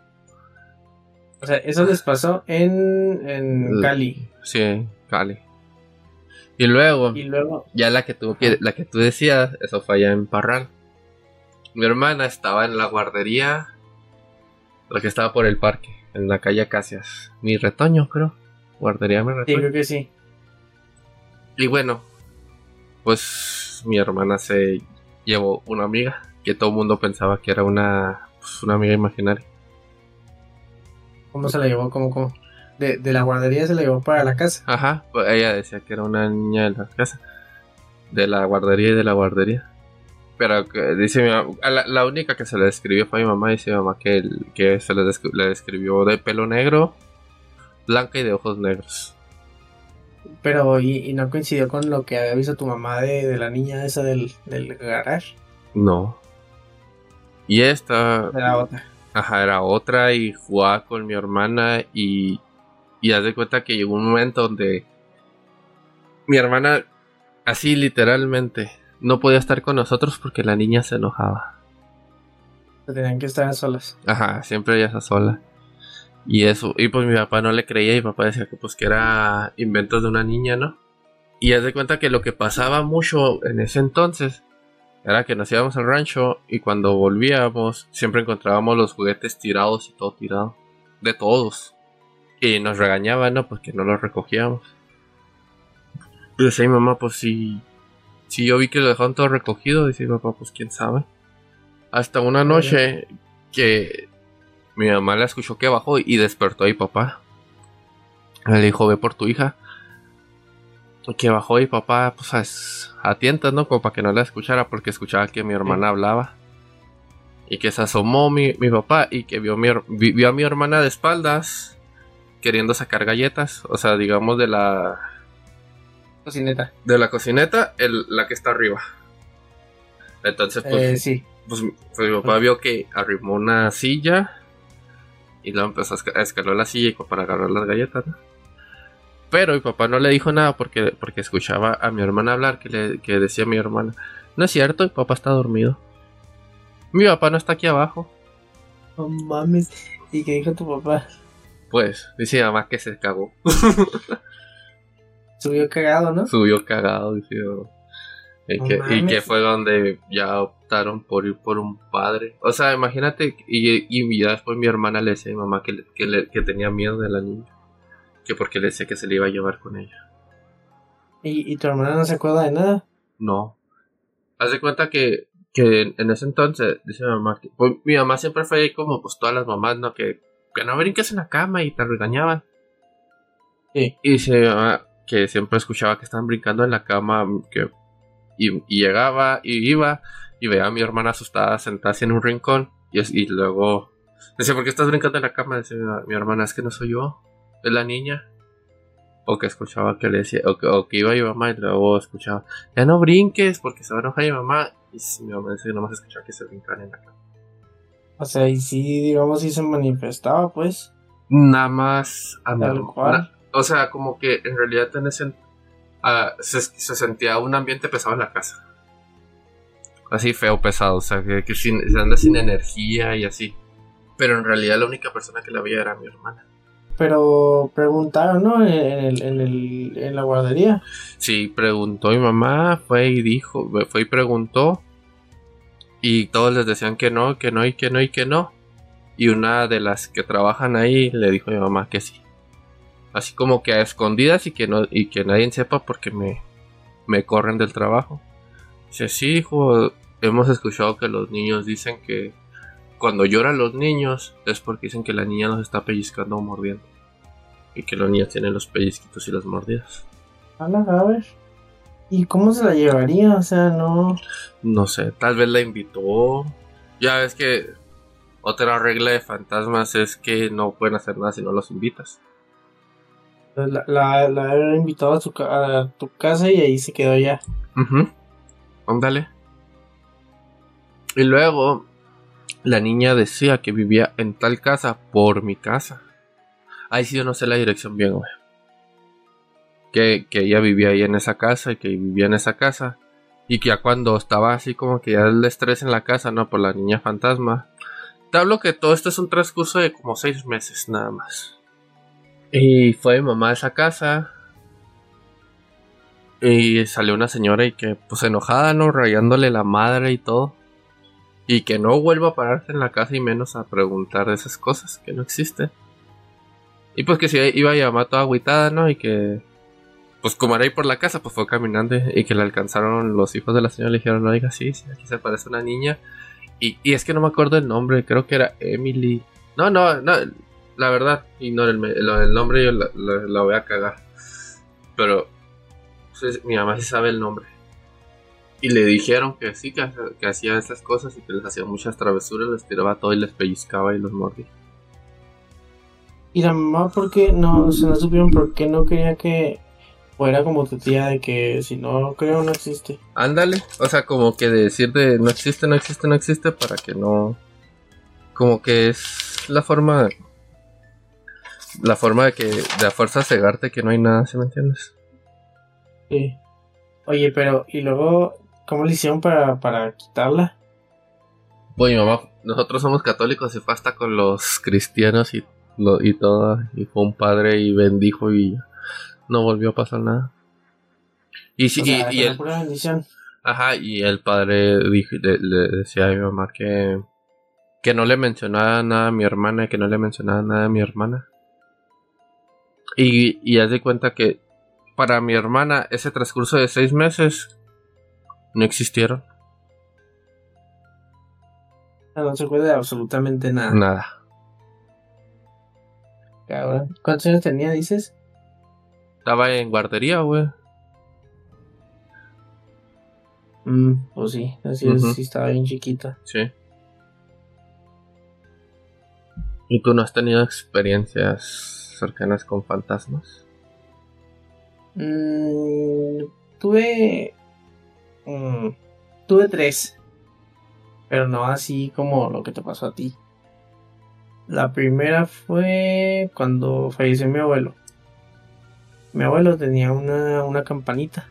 O sea, eso les pasó en, en L- Cali. Sí, Cali. Y luego, Y luego, ya la que tú, que- la que tú decías, eso fue allá en Parral. Mi hermana estaba en la guardería, la que estaba por el parque, en la calle Acacias. Mi Retoño, creo. Guardería Mi sí, Retoño. creo que sí. Y bueno, pues mi hermana se llevó una amiga, que todo el mundo pensaba que era una, pues, una amiga imaginaria. ¿Cómo se la llevó? ¿Cómo, cómo? De, de la guardería se la llevó para la casa. Ajá, pues ella decía que era una niña de la casa, de la guardería y de la guardería. Pero que dice mi mamá, a la, la única que se le describió fue a mi mamá. Dice mi mamá que, el- que se le, descri- le describió de pelo negro, blanca y de ojos negros. Pero, y, y no coincidió con lo que había visto tu mamá de, de la niña esa del, del garage. No. Y esta, De la otra. ajá, era otra y jugaba con mi hermana y, y haz de cuenta que llegó un momento donde mi hermana, así literalmente, no podía estar con nosotros porque la niña se enojaba. Que tenían que estar solas. Ajá, siempre ella está sola. Y eso, y pues mi papá no le creía y mi papá decía que pues que era inventos de una niña, ¿no? Y haz de cuenta que lo que pasaba mucho en ese entonces era que nos íbamos al rancho y cuando volvíamos siempre encontrábamos los juguetes tirados y todo tirado. De todos. Y nos regañaban, ¿no? Porque no los recogíamos. Y decía mi mamá, pues si, si yo vi que lo dejaron todo recogido, dice mi papá, pues quién sabe. Hasta una noche que mi mamá la escuchó que bajó y despertó a mi papá. Le dijo, ve por tu hija. Y que bajó y papá, pues a, a tientas, ¿no? Como para que no la escuchara, porque escuchaba que mi hermana Sí. hablaba. Y que se asomó mi, mi papá y que vio, mi, her- vi- vio a mi hermana de espaldas queriendo sacar galletas. O sea, digamos de la, Cocineta. de la cocineta, el, la que está arriba. Entonces, pues, Eh, sí. pues, pues mi papá vio que arrimó una silla y luego empezó a esca- a escalar la silla y para agarrar las galletas, ¿no? Pero mi papá no le dijo nada porque, porque escuchaba a mi hermana hablar, que, le, que decía a mi hermana, no es cierto, mi papá está dormido. Mi papá no está aquí abajo. No mames. ¿Y qué dijo tu papá? Pues, dice mi mamá que se cagó. Subió cagado, ¿no? Subió cagado, dice mi mamá. Y, No que, y mames. que fue donde ya optaron por ir por un padre. O sea, imagínate, y, y ya después mi hermana le decía a mi mamá que, le- que, le- que tenía miedo de la niña. Que porque le decía que se le iba a llevar con ella. ¿Y, y tu hermana no se acuerda de nada? No. Haz de cuenta que, que en, en ese entonces, dice mi mamá, que, pues, mi mamá siempre fue ahí como pues todas las mamás, ¿no? Que, que no brinques en la cama y te regañaban. Sí. Y dice mi mamá que siempre escuchaba que estaban brincando en la cama, que, y, y llegaba y iba y veía a mi hermana asustada sentada así en un rincón y, es- y luego Dice, ¿por qué estás brincando en la cama? Dice mi, mi hermana, es que no soy yo, es la niña. O que escuchaba que le decía, o que, o que iba mi mamá y luego escuchaba, ya no brinques porque se va a enojar mi mamá. Y mi mamá dice, nomás escuchaba que se brincaban en la cama. O sea, y sí, digamos, sí se manifestaba, pues. Nada más a mi Tal hermana. cual. O sea, como que en realidad en ese, uh, se, se sentía un ambiente pesado en la casa. Así feo, pesado, o sea, que, que sin, se anda sin energía y así. Pero en realidad la única persona que la veía era mi hermana. Pero preguntaron, ¿no? En, el, en, el, en la guardería. Sí, preguntó mi mamá, fue y dijo, fue y preguntó. Y todos les decían que no, que no y que no y que no. Y una de las que trabajan ahí le dijo a mi mamá que sí. Así como que a escondidas y que no y que nadie sepa porque me, me corren del trabajo. Dice, sí, hijo, hemos escuchado que los niños dicen que cuando lloran los niños es porque dicen que la niña los está pellizcando o mordiendo. Y que los niños tienen los pellizquitos y las mordidas. A la ver. ¿Y cómo se la llevaría? O sea, no... No sé, tal vez la invitó. Ya ves que otra regla de fantasmas es que no pueden hacer nada si no los invitas. La, la, la había invitado a, su, a tu casa y ahí se quedó ya. Uh-huh. Ándale. Y luego la niña decía que vivía en tal casa por mi casa. Ahí sí yo no sé la dirección bien, güey. Que, que ella vivía ahí en esa casa y que vivía en esa casa. Y que ya cuando estaba así como que ya el estrés en la casa, ¿no? Por la niña fantasma. Te hablo que todo esto es un transcurso de como seis meses nada más. Y fue mi mamá a esa casa. Y salió una señora y que pues enojada, ¿no? Rayándole la madre y todo. Y que no vuelva a pararse en la casa y menos a preguntar de esas cosas que no existen. Y pues que si iba a llamar toda agüitada, ¿no? Y que pues como era ahí por la casa, pues fue caminando y que le alcanzaron los hijos de la señora y le dijeron, oiga, sí, sí, aquí se parece una niña. Y, y es que no me acuerdo el nombre, creo que era Emily. No, no, no, la verdad, ignore el, el, el nombre, yo la, la, la voy a cagar. Pero pues, mi mamá sí sabe el nombre. Y le dijeron que sí, que, que hacía esas cosas y que les hacía muchas travesuras, les tiraba todo y les pellizcaba y los mordía. ¿Y la mamá por qué no, o sea, no supieron por qué no quería que fuera como tu tía de que si no creo no existe? Ándale, o sea, como que de decir de no existe, no existe, no existe para que no... Como que es la forma... La forma de que de a fuerza cegarte que no hay nada, ¿sí me entiendes? Sí. Oye, pero, ¿y luego cómo le hicieron para, para quitarla? Pues mi mamá, nosotros somos católicos y fue hasta con los cristianos y, lo, y todo, y fue un padre y bendijo y no volvió a pasar nada. Y sí, O sea, y, y era el, pura bendición. ajá, y el padre dijo, le, le decía a mi mamá que, que no le mencionaba nada a mi hermana, que no le mencionaba nada a mi hermana. Y, y haz de cuenta que para mi hermana ese transcurso de seis meses no existieron. No se acuerda de absolutamente nada. Nada. Cabrón. ¿Cuántos años tenía, dices? Estaba en guardería, güey. Mm, pues sí, así Uh-huh. es, sí estaba bien chiquita. Sí. ¿Y tú no has tenido experiencias cercanas con fantasmas? Mm, tuve... Mm, tuve tres. Pero no así como lo que te pasó a ti. La primera fue cuando falleció mi abuelo. Mi abuelo tenía una, una campanita.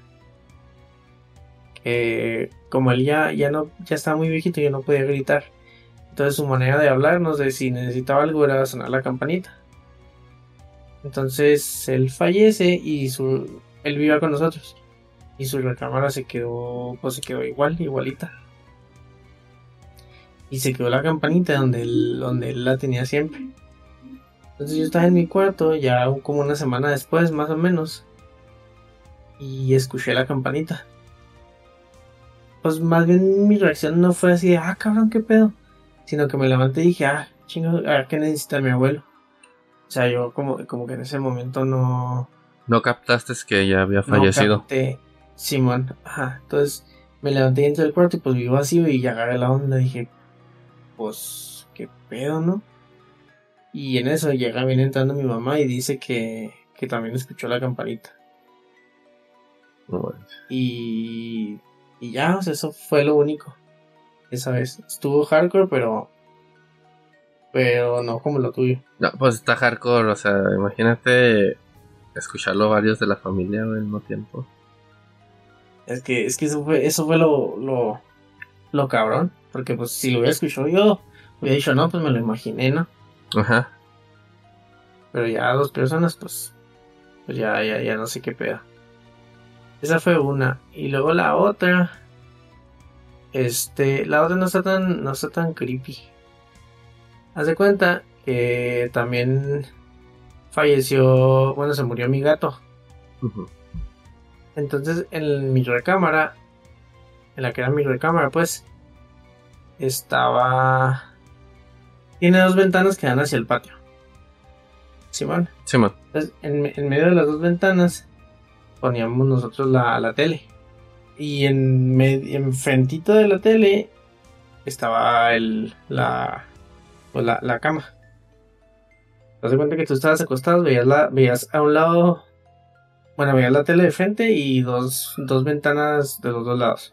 Que como él ya, ya no, ya estaba muy viejito y ya no podía gritar. Entonces su manera de hablarnos de si necesitaba algo era sonar la campanita. Entonces él fallece y su, él vivía con nosotros. Y su recámara se quedó, pues se quedó igual, igualita. Y se quedó la campanita donde él, donde él la tenía siempre. Entonces yo estaba en mi cuarto, ya como una semana después, más o menos. Y escuché la campanita. Pues más bien mi reacción no fue así de, ah, cabrón, qué pedo. Sino que me levanté y dije, ah, chingo, a ver qué necesita mi abuelo. O sea, yo como, como que en ese momento no... ¿No captaste que ya había fallecido? No capté, Simón. Ajá, entonces me levanté dentro del cuarto y pues vi vacío y ya agarré la onda. Dije, pues, qué pedo, ¿no? Y en eso llega, viene entrando mi mamá y dice que, que también escuchó la campanita. Bueno. Y, y ya, o sea, eso fue lo único. Esa vez estuvo hardcore, pero pero no como lo tuyo. No, pues está hardcore, o sea, imagínate escucharlo varios de la familia al mismo tiempo. Es que, es que eso fue, eso fue lo, lo, lo cabrón. Porque pues si lo hubiera escuchado yo, hubiera dicho, no, pues me lo imaginé, ¿no? Ajá. Pero ya dos personas, pues, pues ya, ya, ya no sé qué pedo. Esa fue una. Y luego la otra. Este. La otra no está tan. No está tan creepy. Haz de cuenta que también falleció. Bueno, se murió mi gato. Uh-huh. Entonces en mi recámara. En la que era mi recámara, pues. Estaba. Tiene dos ventanas que dan hacia el patio. Simón. Simón. Entonces, en, en medio de las dos ventanas poníamos nosotros la, la tele. Y en med- enfrentito de la tele estaba el la, pues la, la cama. Te das cuenta que tú estabas acostado, veías, la, veías a un lado, bueno, veías la tele de frente y dos, dos ventanas de los dos lados.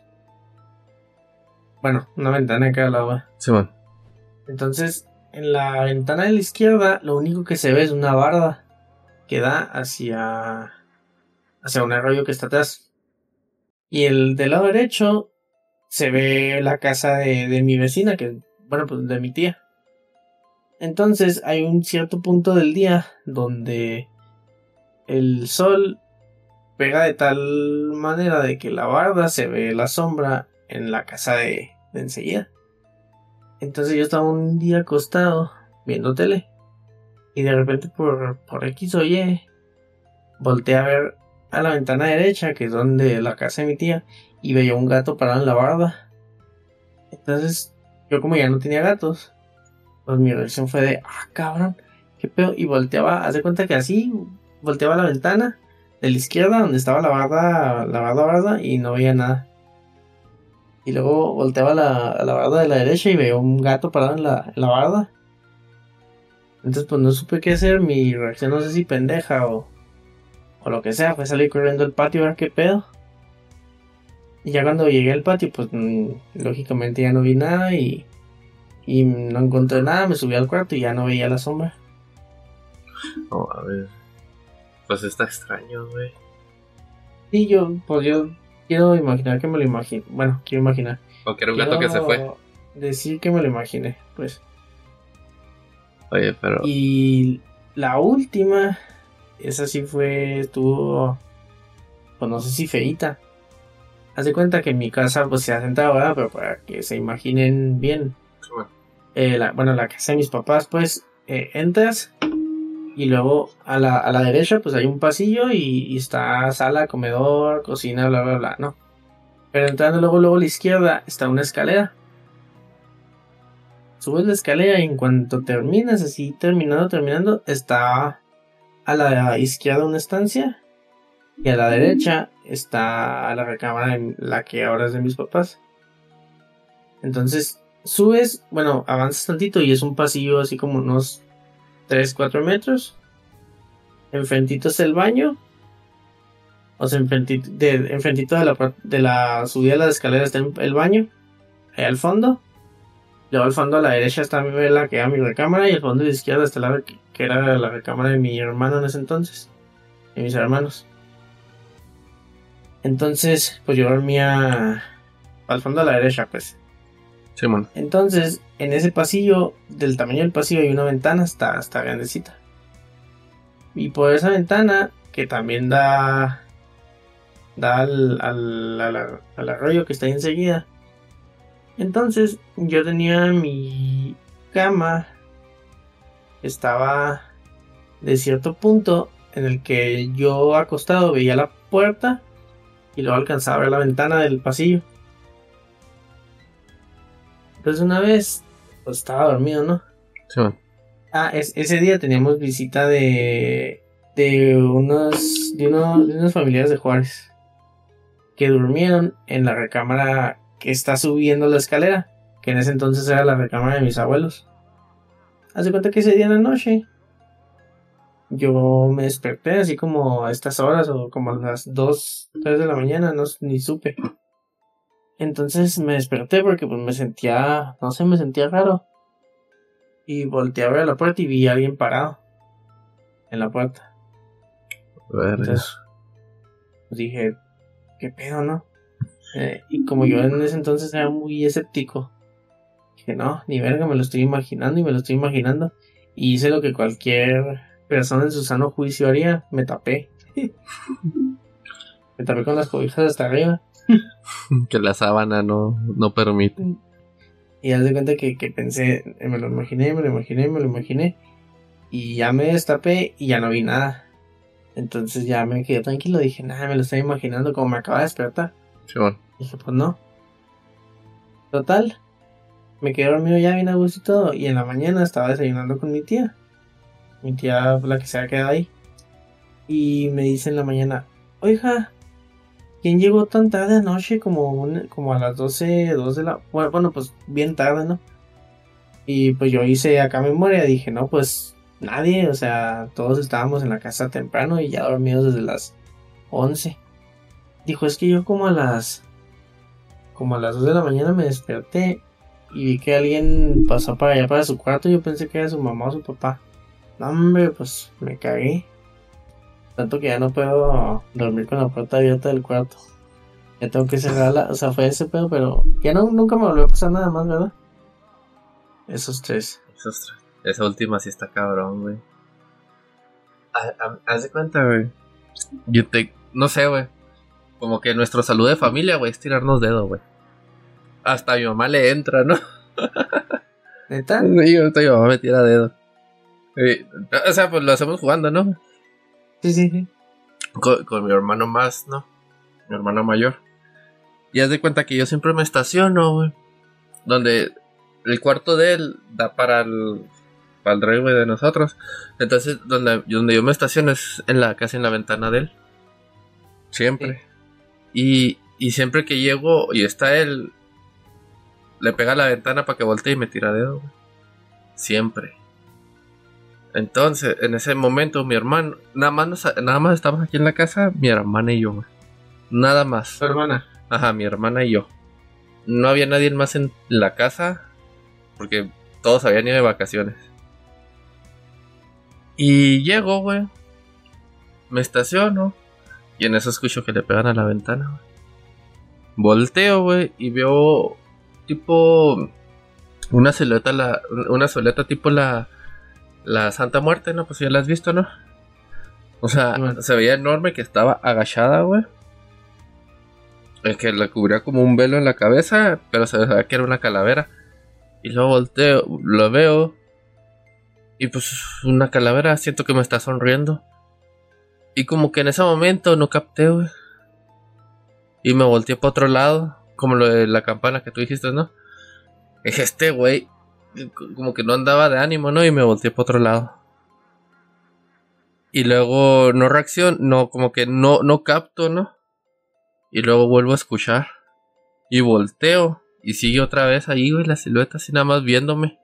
Bueno, una ventana de cada lado. Simón. Entonces, en la ventana de la izquierda, lo único que se ve es una barda que da hacia, hacia un arroyo que está atrás. Y el del lado derecho se ve la casa de, de mi vecina, que, bueno, pues de mi tía. Entonces hay un cierto punto del día donde el sol pega de tal manera de que la barda se ve la sombra en la casa de, de enseguida. Entonces yo estaba un día acostado viendo tele y de repente por, por X o Y volteé a ver a la ventana derecha, que es donde la casa de mi tía, y veía un gato parado en la barda. Entonces yo, como ya no tenía gatos, pues mi reacción fue de, ah, cabrón, qué pedo. Y volteaba, haz de cuenta que así, volteaba a la ventana de la izquierda donde estaba la barda, la barda, barda, y no veía nada. Y luego volteaba a la, a la barda de la derecha y veía un gato parado en la, en la barda. Entonces pues no supe qué hacer, mi reacción no sé si pendeja o, o lo que sea, fue salir corriendo al patio a ver qué pedo. Y ya cuando llegué al patio, pues mmm, lógicamente ya no vi nada y, y no encontré nada, me subí al cuarto y ya no veía la sombra. No, a ver. Pues está extraño, güey. Sí, yo, pues yo quiero imaginar que me lo imagino. Bueno, quiero imaginar. O que era un quiero gato que se fue. Decir que me lo imaginé, pues. Oye, pero. Y la última, esa sí fue, estuvo, pues no sé si feíta. Haz de cuenta que en mi casa, pues se ha sentado, ¿verdad? Pero para que se imaginen bien. Bueno, Eh, la, bueno, la casa de mis papás, pues eh, entras y luego a la, a la derecha, pues hay un pasillo y, y está sala, comedor, cocina, bla, bla, bla, ¿no? Pero entrando luego, luego a la izquierda está una escalera. Subes la escalera y en cuanto terminas, así terminando, terminando, está a la izquierda una estancia y a la derecha está la recámara en la que ahora es de mis papás. Entonces subes, bueno, avanzas tantito y es un pasillo así como unos tres, cuatro metros. Enfrentito está el baño. O sea, enfrentito de, enfrentito de la, de la subida de las escaleras está el baño. Ahí al fondo. Luego al fondo a la derecha está la que era mi recámara. Y al fondo de la izquierda está la que era la recámara de mi hermano en ese entonces. De mis hermanos. Entonces, pues yo dormía al fondo a la derecha, pues. sí, bueno. Entonces, en ese pasillo, del tamaño del pasillo, hay una ventana, está, está grandecita. Y por esa ventana, que también da, da al, al, al, al arroyo que está ahí enseguida. Entonces, yo tenía mi cama, estaba de cierto punto en el que yo acostado veía la puerta y luego alcanzaba a ver la ventana del pasillo. Entonces una vez, pues estaba dormido, ¿no? Sí, bueno. Ah, es, ese día teníamos visita de de unos de, uno, de unos familiares de Juárez que durmieron en la recámara que está subiendo la escalera, que en ese entonces era la recámara de mis abuelos. haz de cuenta que ese día en la noche yo me desperté así como a estas horas o como a las dos, tres de la mañana, no ni supe. Entonces me desperté porque pues me sentía, no sé, me sentía raro. Y volteé a ver a la puerta y vi a alguien parado en la puerta. Verga. Entonces pues dije, ¿qué pedo, no? Eh, y como yo en ese entonces era muy escéptico, dije, no, ni verga, me lo estoy imaginando y me lo estoy imaginando. Y hice lo que cualquier persona en su sano juicio haría, me tapé. Me tapé con las cobijas hasta arriba. Que la sábana no, no permite. Y haz de cuenta que, que pensé, me lo imaginé, me lo imaginé, me lo imaginé. Y ya me destapé y ya no vi nada. Entonces ya me quedé tranquilo, dije, nada, me lo estoy imaginando como me acaba de despertar. Sí, bueno. Dije, pues no. Total, me quedé dormido ya bien a gusto y todo. Y en la mañana estaba desayunando con mi tía. Mi tía, la que se había quedado ahí. Y me dice en la mañana, oiga, ¿quién llegó tan tarde anoche? Como, un, como a las doce, dos de la... Bueno, pues bien tarde, ¿no? Y pues yo hice acá memoria, dije, no, pues nadie, o sea, todos estábamos en la casa temprano y ya dormidos desde las once. Dijo, es que yo como a las... Como a las dos de la mañana me desperté y vi que alguien pasó para allá para su cuarto. Yo pensé que era su mamá o su papá. No, hombre, pues me cagué. Tanto que ya no puedo dormir con la puerta abierta del cuarto. Ya tengo que cerrarla. O sea, fue ese pedo, pero ya no, nunca me volvió a pasar nada más, ¿verdad? Esos tres. Esos tres. Esa última sí está cabrón, güey. Haz de cuenta, güey. Yo te... No sé, güey. Como que nuestro salud de familia, güey, es tirarnos dedo, güey. Hasta a mi mamá le entra, ¿no? ¿Neta? Sí, ahorita mi mamá me tira dedo. Sí, o sea, pues lo hacemos jugando, ¿no? Sí, sí, sí. Con, con mi hermano más, ¿no? Mi hermano mayor. Y haz de cuenta que yo siempre me estaciono, güey. Donde el cuarto de él da para el... Para el driveway de nosotros. Entonces, donde, donde yo me estaciono es en la, casi en la ventana de él. Siempre. Sí. Y, y siempre que llego y está él, le pega a la ventana para que voltee y me tira dedo, güey. Siempre. Entonces, en ese momento, mi hermano, nada más, nos, nada más estábamos aquí en la casa, mi hermana y yo, güey. Nada más. ¿Tu hermana? Ajá, mi hermana y yo. No había nadie más en la casa, porque todos habían ido de vacaciones. Y llego, güey. Me estaciono. Y en eso escucho que le pegan a la ventana, güey. Volteo, güey, y veo tipo una silueta, la, una silueta tipo la, la Santa Muerte, ¿no? Pues ya la has visto, ¿no? O sea, bueno, se veía enorme, que estaba agachada, güey. El que la cubría como un velo en la cabeza, pero se veía que era una calavera. Y luego volteo, lo veo. Y pues una calavera, siento que me está sonriendo. Y como que en ese momento no capté, güey. Y me volteé para otro lado, como lo de la campana que tú dijiste, ¿no? Dije, este güey, como que no andaba de ánimo, ¿no? Y me volteé para otro lado. Y luego no reacciono, no, como que no, no capto, ¿no? Y luego vuelvo a escuchar. Y volteo. Y sigue otra vez ahí, güey, la silueta así nada más viéndome.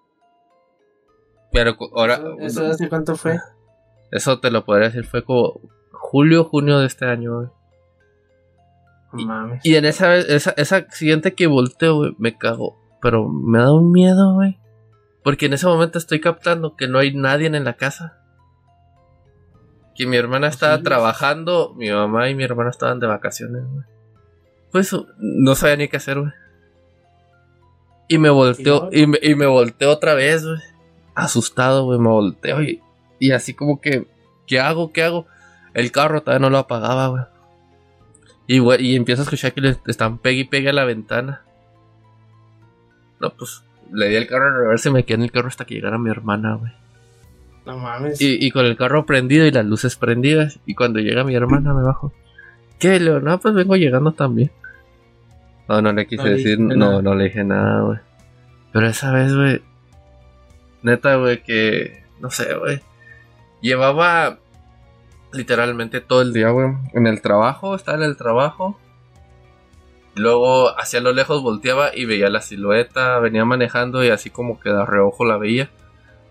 Pero ahora... ¿Eso, eso hace cuánto fue? Eso te lo podría decir, fue como julio, junio de este año, güey. Y, Mames. y en esa vez, esa, esa siguiente que volteo, güey, me cago. Pero me da un miedo, güey. Porque en ese momento estoy captando que no hay nadie en la casa. Que mi hermana estaba sí, trabajando, mi mamá y mi hermano estaban de vacaciones, güey. Pues no sabía ni qué hacer, güey. Y me volteo, y, me, y me volteo otra vez, güey. Asustado, güey, me volteo y, y así como que, ¿qué hago? ¿Qué hago? El carro todavía no lo apagaba, güey. Y, güey, y empiezo a escuchar que le están pegue y pegue a la ventana. No, pues, le di el carro a reversa y me quedé en el carro hasta que llegara mi hermana, güey. No mames. Y, y con el carro prendido y las luces prendidas. Y cuando llega mi hermana me bajo. ¿Qué, Leo? No, pues vengo llegando también. No, no le quise no decir, le no, nada. no le dije nada, güey. Pero esa vez, güey, neta, güey, que, no sé, güey, llevaba literalmente todo el día, güey, en el trabajo, estaba en el trabajo. Luego, hacia lo lejos volteaba y veía la silueta, venía manejando y así como que de reojo la veía.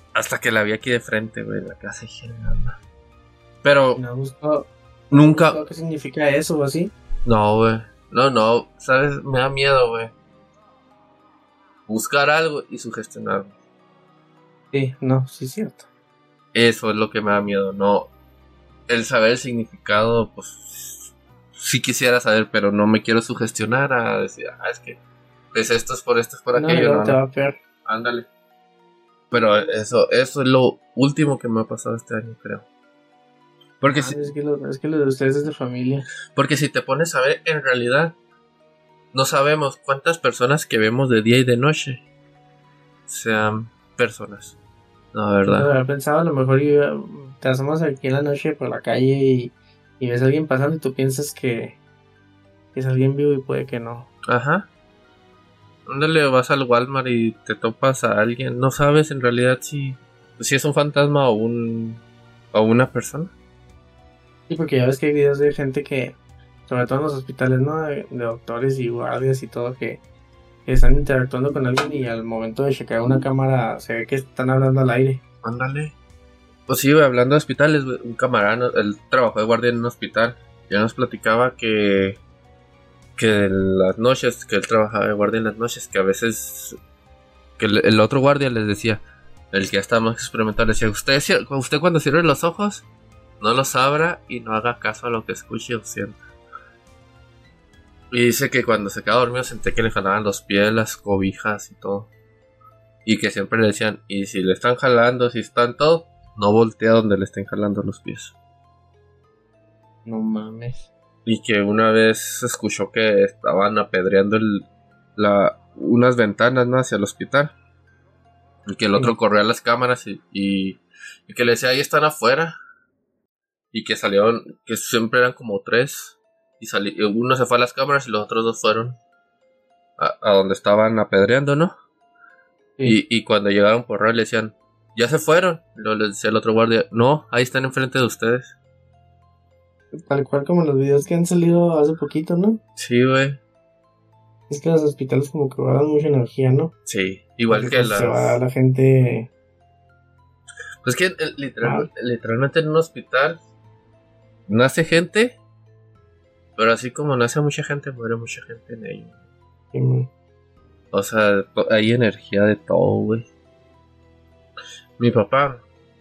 Hasta que la vi aquí de frente, güey, en la casa, dije, "Anda". Pero ¿No has buscado, no has nunca, buscado qué significa eso o así? no, güey, no, no, ¿sabes? Me da miedo, güey, buscar algo y sugestionarme. Sí, no, sí es cierto. Eso es lo que me da miedo, no. El saber el significado, pues sí quisiera saber, pero no me quiero sugestionar a decir, ah, es que es esto, es por esto, es por No, y aquello, luego no, te va no. a peor. Ándale. Pero eso, eso es lo último que me ha pasado este año, creo. Porque, Ah, si, es que lo, es que lo de ustedes es de familia. porque si te pones a ver, en realidad, no sabemos cuántas personas que vemos de día y de noche sean personas. No, Yo ¿verdad? había pensado, a lo mejor iba- te asomas aquí en la noche por la calle y, y ves a alguien pasando y tú piensas que, que es alguien vivo y puede que no. Ajá. Ándale, vas al Walmart y te topas a alguien. No sabes en realidad si, si es un fantasma o un o una persona. Sí, porque ya ves que hay videos de gente que, sobre todo en los hospitales, ¿no? De, de doctores y guardias y todo, que, que están interactuando con alguien y al momento de checar una cámara se ve que están hablando al aire. Ándale. Pues sí, güey, hablando de hospitales, güey, un camarada, él trabajó de guardia en un hospital. Ya nos platicaba que que en las noches, que él trabajaba de guardia en las noches, que a veces que el, el otro guardia les decía, el que ya estaba más experimentado, le decía, usted, cier- usted cuando cierre los ojos, no los abra y no haga caso a lo que escuche o sienta. Y dice que cuando se quedaba dormido senté que le jalaban los pies, las cobijas y todo. Y que siempre le decían, y si le están jalando, si están todo, no voltea donde le estén jalando los pies. No mames. Y que una vez escuchó que estaban apedreando el, la, unas ventanas, ¿no?, hacia el hospital. Y que el otro Sí. corrió a las cámaras y, y, y que le decía, ahí están afuera. Y que salieron, que siempre eran como tres. Y sali, uno se fue a las cámaras y los otros dos fueron a, a donde estaban apedreando, ¿no? Sí. Y, y cuando llegaron por ahí le decían, ya se fueron. Y luego le decía el otro guardia, no, ahí están enfrente de ustedes. Tal cual como los videos que han salido hace poquito, ¿no? Sí, güey. Es que los hospitales como que guardan mucha energía, ¿no? Sí, igual Porque que pues se va las... la gente Pues que eh, literal, mal. literalmente en un hospital nace gente, pero así como nace mucha gente, muere mucha gente en ello. Sí, man. O sea, to- hay energía de todo, güey. Mi papá,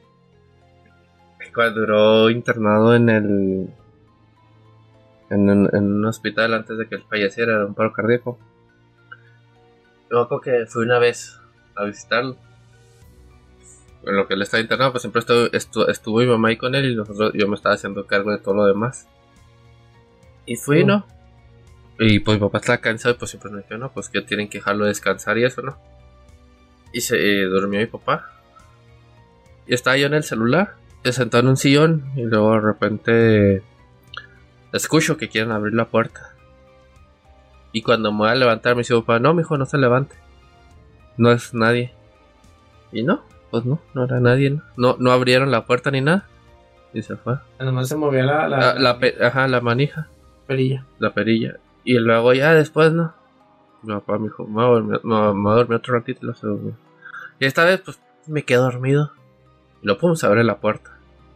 cuando duró internado en el... En un, en un hospital antes de que él falleciera de un paro cardíaco. Yo creo que fui una vez a visitarlo. En lo que él estaba internado, pues siempre estuvo, estu- estuvo mi mamá ahí con él y nosotros, yo me estaba haciendo cargo de todo lo demás. Y fui, Mm. ¿no? Y pues mi papá estaba cansado y pues siempre me dijo, no, pues que tienen que dejarlo descansar y eso, ¿no? Y se eh, durmió mi papá. Y estaba yo en el celular, sentado en un sillón y luego de repente escucho que quieren abrir la puerta. Y cuando me voy a levantar me dice papá, no, mijo, no se levante. No es nadie. Y no, pues no, no era nadie, ¿no? No, no abrieron la puerta ni nada. Y se fue. Además se movía la, la, Ah, la pe- ajá, la manija, perilla. la perilla. Y luego ya después, ¿no? Mi papá me dijo, me voy a dormir, me voy a- me voy a dormir otro ratito y lo se durmió. Y esta vez, pues, me quedé dormido. Y lo pum, se abre la puerta.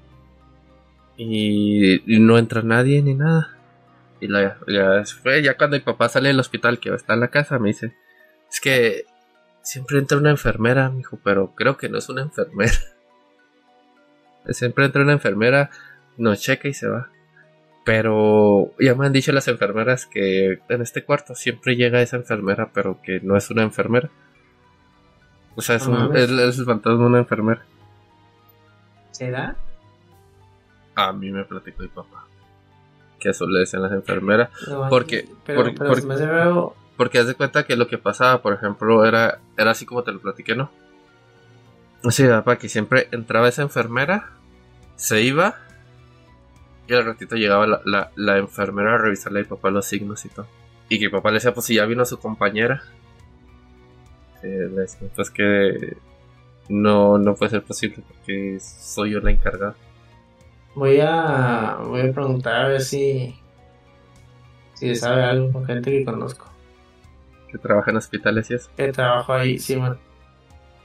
Y, y no entra nadie ni nada. Y la, ya fue, ya cuando mi papá sale del hospital, que está en la casa, me dice, es que siempre entra una enfermera, mijo, pero creo que no es una enfermera. Siempre entra una enfermera, nos checa y se va. Pero ya me han dicho las enfermeras que en este cuarto siempre llega esa enfermera, pero que no es una enfermera. O sea, es, No un, mames. es, es el fantasma de una enfermera. ¿Será? A mí me platicó mi papá que eso le decían las enfermeras. No, Porque, pero, por- pero por- se me hace raro. porque haz de cuenta que lo que pasaba, por ejemplo, era, era así como te lo platiqué, ¿no? Sí, papá, que siempre entraba esa enfermera, se iba, y al ratito llegaba la, la, la enfermera a revisarle a mi papá los signos y todo. Y que mi papá le decía, pues si ya vino su compañera. Sí, le decía, pues que no, no puede ser posible porque soy yo la encargada. Voy a, voy a preguntar a ver si, si sabe algo con gente que conozco. Que trabaja en hospitales y eso. Que trabajo ahí, sí, man.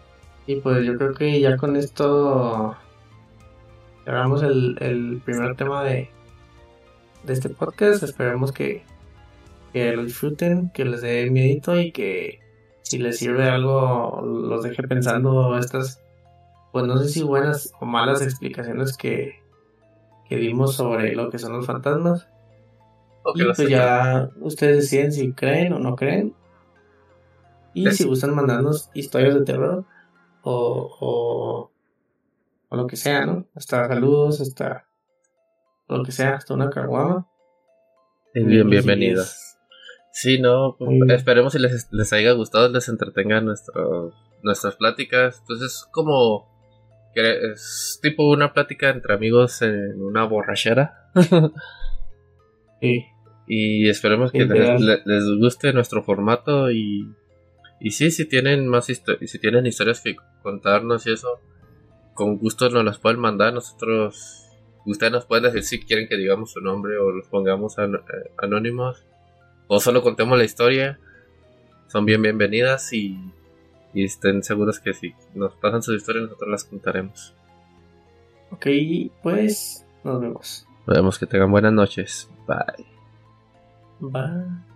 Y pues yo creo que ya con esto cerramos el, el primer tema de, de este podcast. Esperemos que, que lo disfruten, que les dé miedito y que si les sirve algo los deje pensando estas, pues no sé si buenas o malas explicaciones que, que dimos sobre lo que son los fantasmas. O que Y los pues entre- ya ustedes deciden si creen o no creen. Y si es- gustan mandarnos historias de terror o, o, o lo que sea, ¿no? Hasta saludos, hasta lo que sea, hasta una caguama. es Y bien pues bienvenido. Sí, no, pues, muy bien. esperemos si les, les haya gustado, les entretengan nuestro, nuestras pláticas. Entonces es como que es tipo una plática entre amigos en una borrachera. Sí, Y esperemos que les, literal. les- les guste nuestro formato y, y sí, si tienen más histo- si tienen historias que contarnos y eso, con gusto nos las pueden mandar. Nosotros, ustedes nos pueden decir si quieren que digamos su nombre o los pongamos an- eh, anónimos o solo contemos la historia. Son bien bienvenidas y, y estén seguros que si nos pasan sus historias nosotros las contaremos. Ok, pues nos vemos. Nos vemos, que tengan buenas noches. Bye. Bye.